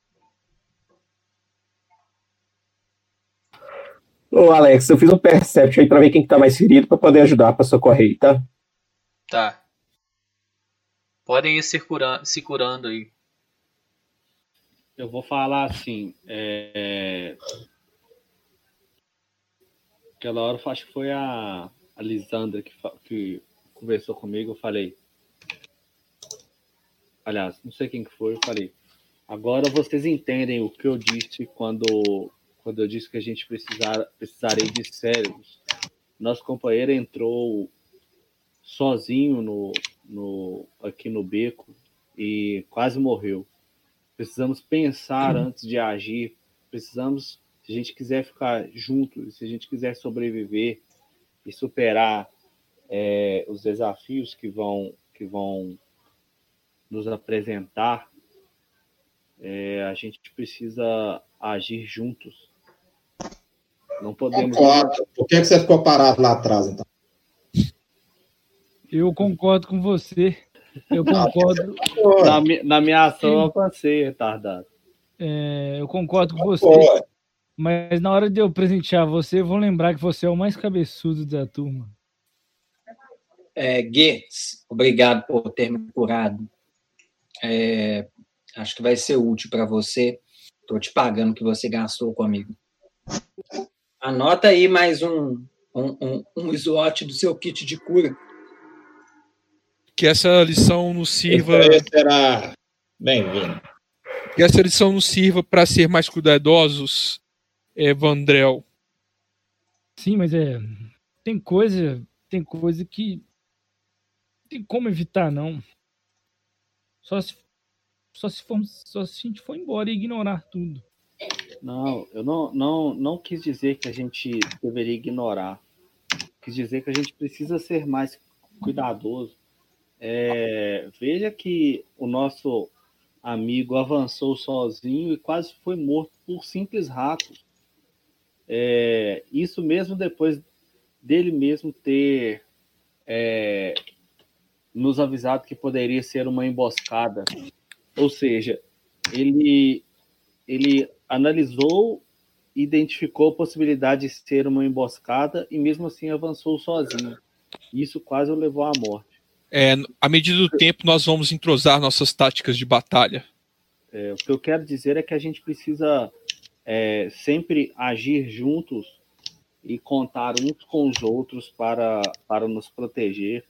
Ô, Alex, eu fiz um perception aí pra ver quem que tá mais ferido pra poder ajudar pra socorrer, tá? Tá. Podem ir se curando, se curando aí. Eu vou falar assim. É... Aquela hora, acho que foi a, a Lisandra que, que conversou comigo. Eu falei. Aliás, não sei quem que foi. Eu falei. Agora vocês entendem o que eu disse quando, quando eu disse que a gente precisar, precisaria de cérebros. Nosso companheiro entrou sozinho no, no, aqui no beco e quase morreu. Precisamos pensar antes de agir. Precisamos, se a gente quiser ficar junto, se a gente quiser sobreviver e superar é, os desafios que vão, que vão nos apresentar, é, a gente precisa agir juntos. Não podemos... Concordo. Por que você ficou parado lá atrás, então? Eu concordo com você. Eu concordo. Na, mi- na minha ação eu passei, retardado. É, eu concordo com você. Mas na hora de eu presentear você, eu vou lembrar que você é o mais cabeçudo da turma. É, Guedes, obrigado por ter me curado. É, acho que vai ser útil para você. Estou te pagando o que você gastou comigo. Anota aí mais um, um, um, um slot do seu kit de cura. Que essa lição nos sirva. Esse será bem-vindo. Que essa lição nos sirva para ser mais cuidadosos, é, Vandrel. Sim, mas é. Tem coisa. Tem coisa que. Não tem como evitar, não. Só se. Só se, for, só se a gente for embora e ignorar tudo. Não, eu não, não, não quis dizer que a gente deveria ignorar. Quis dizer que a gente precisa ser mais cuidadoso. É, veja que o nosso amigo avançou sozinho e quase foi morto por simples ratos. É, isso mesmo depois dele mesmo ter é, nos avisado que poderia ser uma emboscada. Ou seja, ele, ele analisou, identificou a possibilidade de ser uma emboscada e mesmo assim avançou sozinho. Isso quase o levou à morte. É, à medida do tempo, nós vamos entrosar nossas táticas de batalha. É, o que eu quero dizer é que a gente precisa é, sempre agir juntos e contar uns com os outros para, para nos proteger.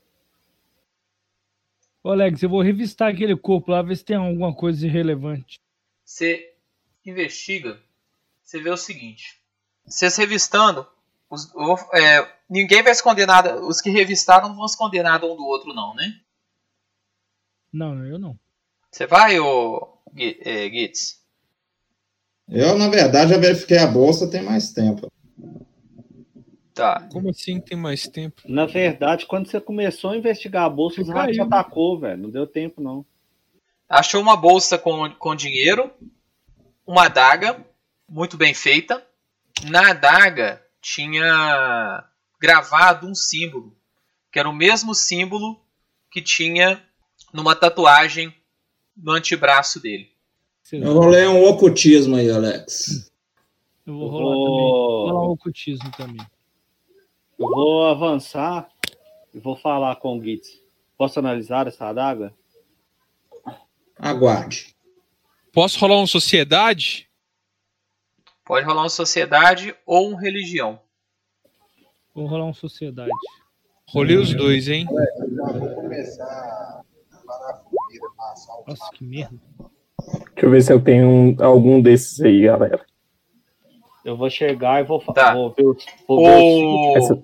Ô, Alex, eu vou revistar aquele corpo lá, ver se tem alguma coisa irrelevante. Você investiga, você vê o seguinte. Vocês revistando, os, é, ninguém vai esconder nada. Os que revistaram não vão esconder nada um do outro, não, né? Não, eu não. Você vai, ô é, Gitz? Eu, na verdade, já verifiquei a bolsa tem mais tempo. Tá. Como assim tem mais tempo? Na verdade, quando você começou a investigar a bolsa, os ratos atacou, velho. Não deu tempo, não. Achou uma bolsa com, com dinheiro, uma adaga, muito bem feita. Na adaga tinha gravado um símbolo, que era o mesmo símbolo que tinha numa tatuagem no antebraço dele. Eu vou ler um ocultismo aí, Alex. Eu vou rolar oh. também. Vou rolar um ocultismo também. Eu vou avançar e vou falar com o Gitz. Posso analisar essa adaga? Aguarde. Posso rolar uma sociedade? Pode rolar uma sociedade ou uma religião. Vou rolar uma sociedade. Rolei os dois, hein? Vou começar a parar a fogueira, passar o Nossa, que merda. Deixa eu ver se eu tenho um, algum desses aí, galera. Eu vou chegar e vou, tá. vou ver, vou o... ver essa...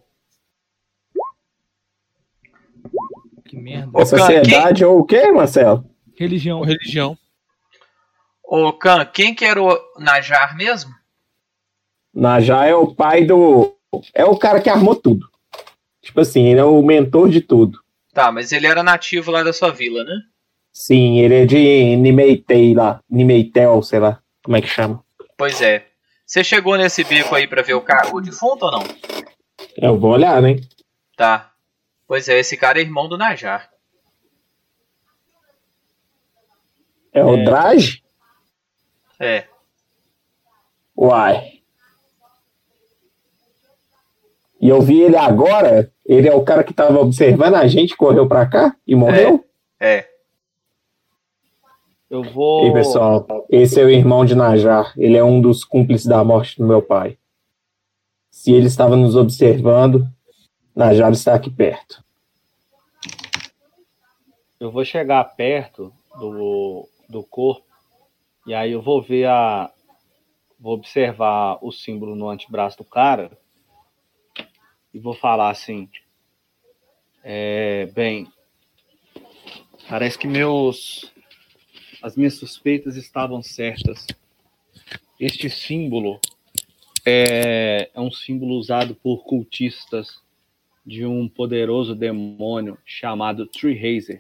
Que merda. A sociedade quem... ou o quê, Marcelo? Religião. Ou religião. Ô, Khan, quem que era o Najar mesmo? Najar é o pai do... É o cara que armou tudo. Tipo assim, ele é o mentor de tudo. Tá, mas ele era nativo lá da sua vila, né? Sim, ele é de Nimeitei lá. Nimeitel, sei lá. Como é que chama? Pois é. Você chegou nesse beco aí pra ver o, cara, o defunto ou não? Eu vou olhar, né? Tá. Pois é, esse cara é irmão do Najar. É o é. Drage? É. Uai. E eu vi ele agora. Ele é o cara que tava observando a gente, correu pra cá e morreu? É. é. Eu vou... E aí, pessoal, esse é o irmão de Najar. Ele é um dos cúmplices da morte do meu pai. Se ele estava nos observando, Najar está aqui perto. Eu vou chegar perto do, do corpo e aí eu vou ver a... Vou observar o símbolo no antebraço do cara e vou falar assim... É, bem, parece que meus... As minhas suspeitas estavam certas. Este símbolo é, é um símbolo usado por cultistas de um poderoso demônio chamado Treehazer.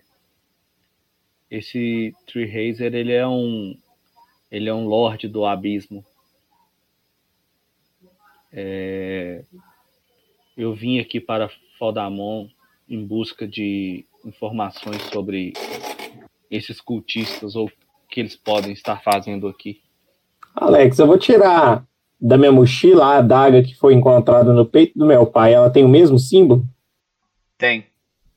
Esse Treehazer, ele é um ele é um lorde do abismo. É, eu vim aqui para Faldamon em busca de informações sobre esses cultistas ou o que eles podem estar fazendo aqui. Alex, eu vou tirar da minha mochila a adaga que foi encontrada no peito do meu pai. Ela tem o mesmo símbolo? Tem.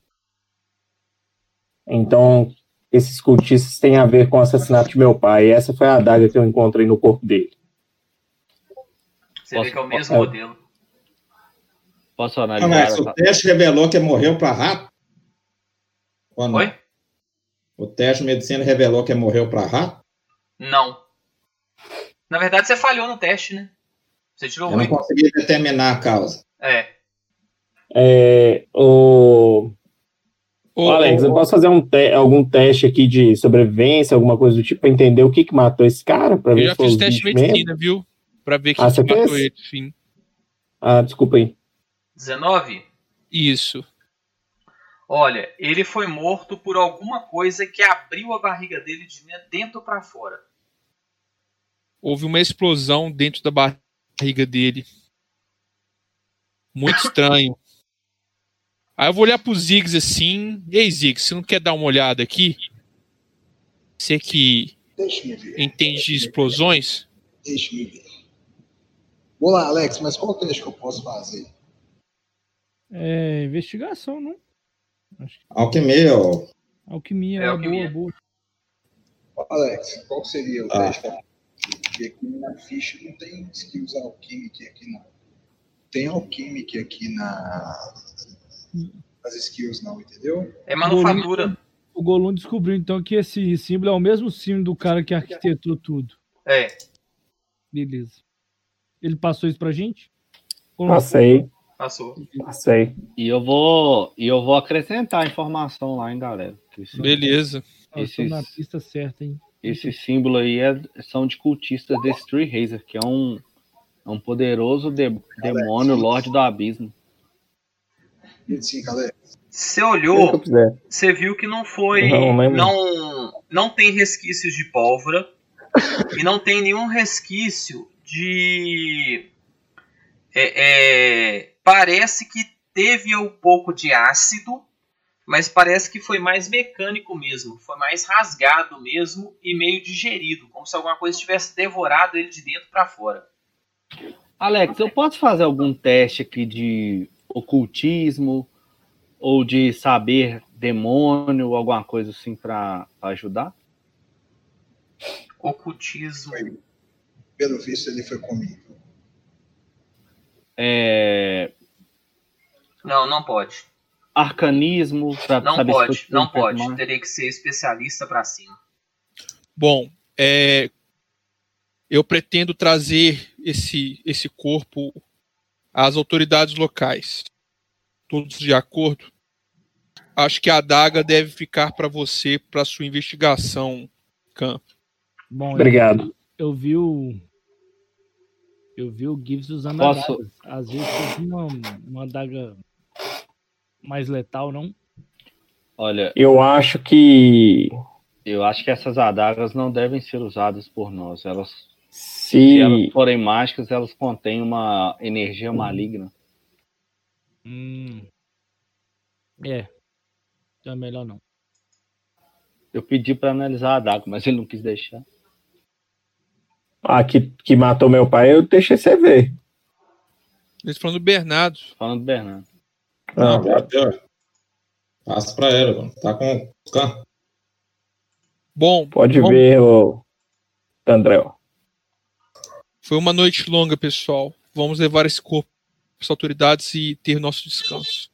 Então, esses cultistas têm a ver com o assassinato de meu pai. Essa foi a adaga que eu encontrei no corpo dele. Você Posso... vê que é o mesmo é. modelo. Posso analisar? Alex, o teste revelou que morreu para rato? Ou não? Oi? O teste de medicina revelou que morreu para rato? Não. Na verdade, você falhou no teste, né? Você tirou Eu oito. não consegui determinar a causa. É. É o... Ô, Alex, eu posso fazer um te- algum teste aqui de sobrevivência, alguma coisa do tipo, pra entender o que que matou esse cara? Pra Eu ver já se foi fiz os teste de bichos mesmo? medicina, viu? Pra ver quem Ah, que você matou fez? ele, sim. Ah, desculpa aí. dezenove? Isso. Olha, ele foi morto por alguma coisa que abriu a barriga dele de dentro para fora. Houve uma explosão dentro da barriga dele. Muito estranho. Aí eu vou olhar pro Ziggs assim. Ei, Ziggs, você não quer dar uma olhada aqui? Você que Deixa-me ver. entende de explosões? Deixa-me ver. Vou lá, Alex, mas qual teste que eu posso fazer? É investigação, não? Acho que Alquimia, ó. alquimia É é, alquimia. boa, boa. Alex, qual seria o Ah. teste? Porque aqui na ficha não tem skills alquímica aqui, não. Tem alquímica aqui na... nas skills, não, entendeu? É manufatura. O Golum descobriu então que esse símbolo é o mesmo símbolo do cara que arquitetou tudo. É. Beleza. Ele passou isso pra gente? Ou não? Passei, Passou. passei. E eu vou, e eu vou acrescentar informação lá, hein, galera. Que esse, Beleza. Nós estamos na esses, pista certa, hein? esse símbolo aí é, são de cultistas desse Tree Razer, que é um, é um poderoso de- demônio, Lorde do Abismo. vinte e cinco, Alex. Você O que olhou, eu quiser. você viu que não foi. Não, mas- Não, não tem resquícios de pólvora. E não tem nenhum resquício de. É, é, parece que teve um pouco de ácido, mas parece que foi mais mecânico mesmo. Foi mais rasgado mesmo e meio digerido, como se alguma coisa tivesse devorado ele de dentro para fora. Alex, eu posso fazer algum teste aqui de ocultismo ou de saber demônio, alguma coisa assim para ajudar? Ocultismo. Pelo visto, ele foi comigo. É, Não, não pode. arcanismo, para Não saber pode, se eu não pode. mais? Teria que ser especialista para cima. Bom, é, eu pretendo trazer esse, esse corpo às autoridades locais. Todos de acordo? Acho que a adaga deve ficar para você, para sua investigação, Khan. Bom, Obrigado. Eu, eu vi o. Eu vi o Gibbs usando Posso- adagas. Às vezes tem uma, uma adaga mais letal, não? Olha, Eu acho que eu acho que essas adagas não devem ser usadas por nós. Elas, se elas se forem mágicas, elas contêm uma energia maligna. Hum. É. Então é melhor não. Eu pedi para analisar a adaga, mas ele não quis deixar. a que, que matou meu pai, eu deixei você ver. Eles falando do Bernardo. Falando do Bernardo. Não, Ah, pode ver. Passa pra ele, mano. Tá com o Khan. Bom, pode vamos- ver, o André. foi uma noite longa, pessoal. Vamos levar esse corpo para as autoridades e ter nosso descanso.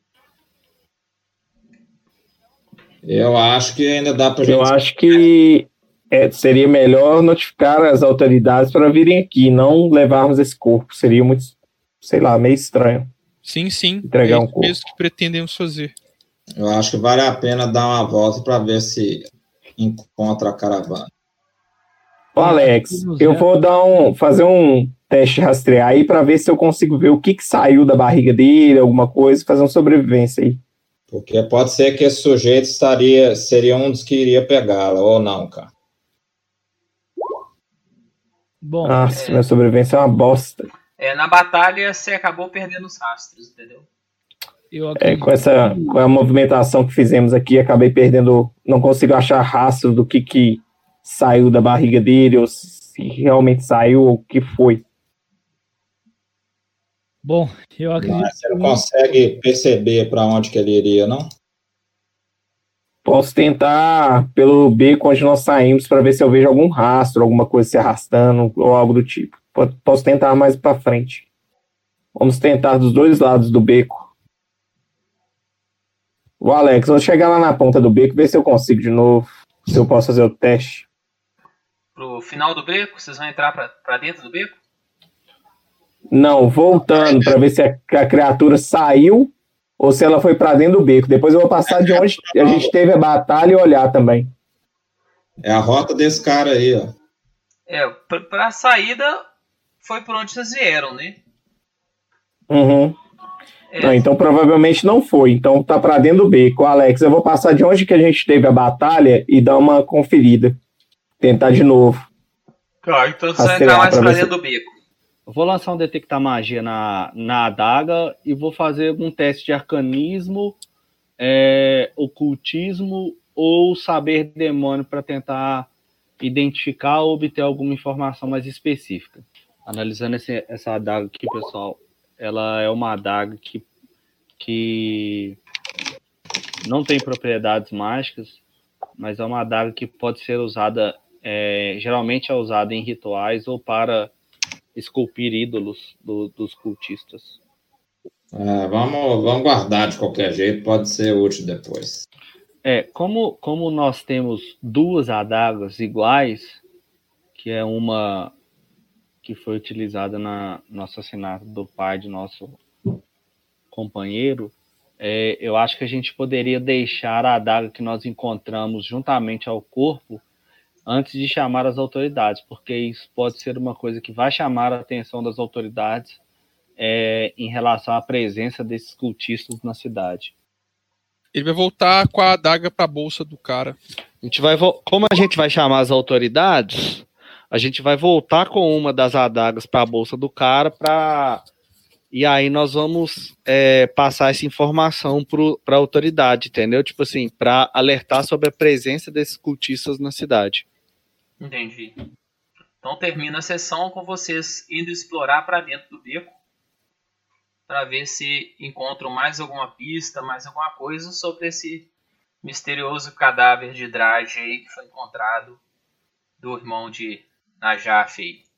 Eu acho que ainda dá pra gente. Eu acho que é, seria melhor notificar as autoridades para virem aqui, não levarmos esse corpo. Seria muito, sei lá, meio estranho. Sim, sim. Entregar é um isso corpo. mesmo que pretendemos fazer. Eu acho que vale a pena dar uma volta para ver se encontra a caravana. Ô, Alex, eu vou dar um, fazer um teste rastrear aí para ver se eu consigo ver o que, que saiu da barriga dele, alguma coisa, fazer uma sobrevivência aí. Porque pode ser que esse sujeito estaria, seria um dos que iria pegá-la, ou não, cara. Bom, Nossa, minha sobrevivência é uma bosta. É, na batalha você acabou perdendo os rastros, entendeu? eu É, acredito com essa com a movimentação que fizemos aqui, acabei perdendo, não consigo achar rastro do que, que saiu da barriga dele, ou se realmente saiu, ou o que foi. Bom, eu acredito Mas você não que consegue perceber para onde que ele iria, não? Posso tentar pelo beco onde nós saímos para ver se eu vejo algum rastro, alguma coisa se arrastando ou algo do tipo. Po- Posso tentar mais para frente. Vamos tentar dos dois lados do beco. O Alex, vou chegar lá na ponta do beco, ver se eu consigo de novo, se eu posso fazer o teste. Pro final do beco, vocês vão entrar pra, pra dentro do beco? Não, voltando para ver se a, a criatura saiu ou se ela foi para dentro do beco. Depois eu vou passar de onde a gente teve a batalha e olhar também. É a rota desse cara aí, ó. É, pra, pra saída foi por onde vocês vieram, né? Uhum. É. Não, então provavelmente não foi. Então tá para dentro do beco. Alex, eu vou passar de onde que a gente teve a batalha e dar uma conferida. Tentar de novo. Tá, então você vai entrar mais pra dentro do beco. Eu vou lançar um detectar magia na, na adaga e vou fazer um teste de arcanismo, é, ocultismo ou saber demônio para tentar identificar ou obter alguma informação mais específica. Analisando esse, essa adaga aqui, pessoal, ela é uma adaga que, que não tem propriedades mágicas, mas é uma adaga que pode ser usada, é, geralmente é usada em rituais ou para esculpir ídolos do, dos cultistas. É, vamos, vamos guardar de qualquer jeito, pode ser útil depois. É, como, como nós temos duas adagas iguais, que é uma que foi utilizada na, no assassinato do pai de nosso companheiro, é, eu acho que a gente poderia deixar a adaga que nós encontramos juntamente ao corpo antes de chamar as autoridades, porque isso pode ser uma coisa que vai chamar a atenção das autoridades é, em relação à presença desses cultistas na cidade. Ele vai voltar com a adaga para a bolsa do cara. A gente vai, como a gente vai chamar as autoridades, a gente vai voltar com uma das adagas para a bolsa do cara, pra... e aí nós vamos é, passar essa informação para a autoridade, entendeu? Tipo assim, para alertar sobre a presença desses cultistas na cidade. Entendi. Então termina a sessão com vocês indo explorar para dentro do beco para ver se encontram mais alguma pista, mais alguma coisa sobre esse misterioso cadáver de Drage aí que foi encontrado do irmão de Najaf aí.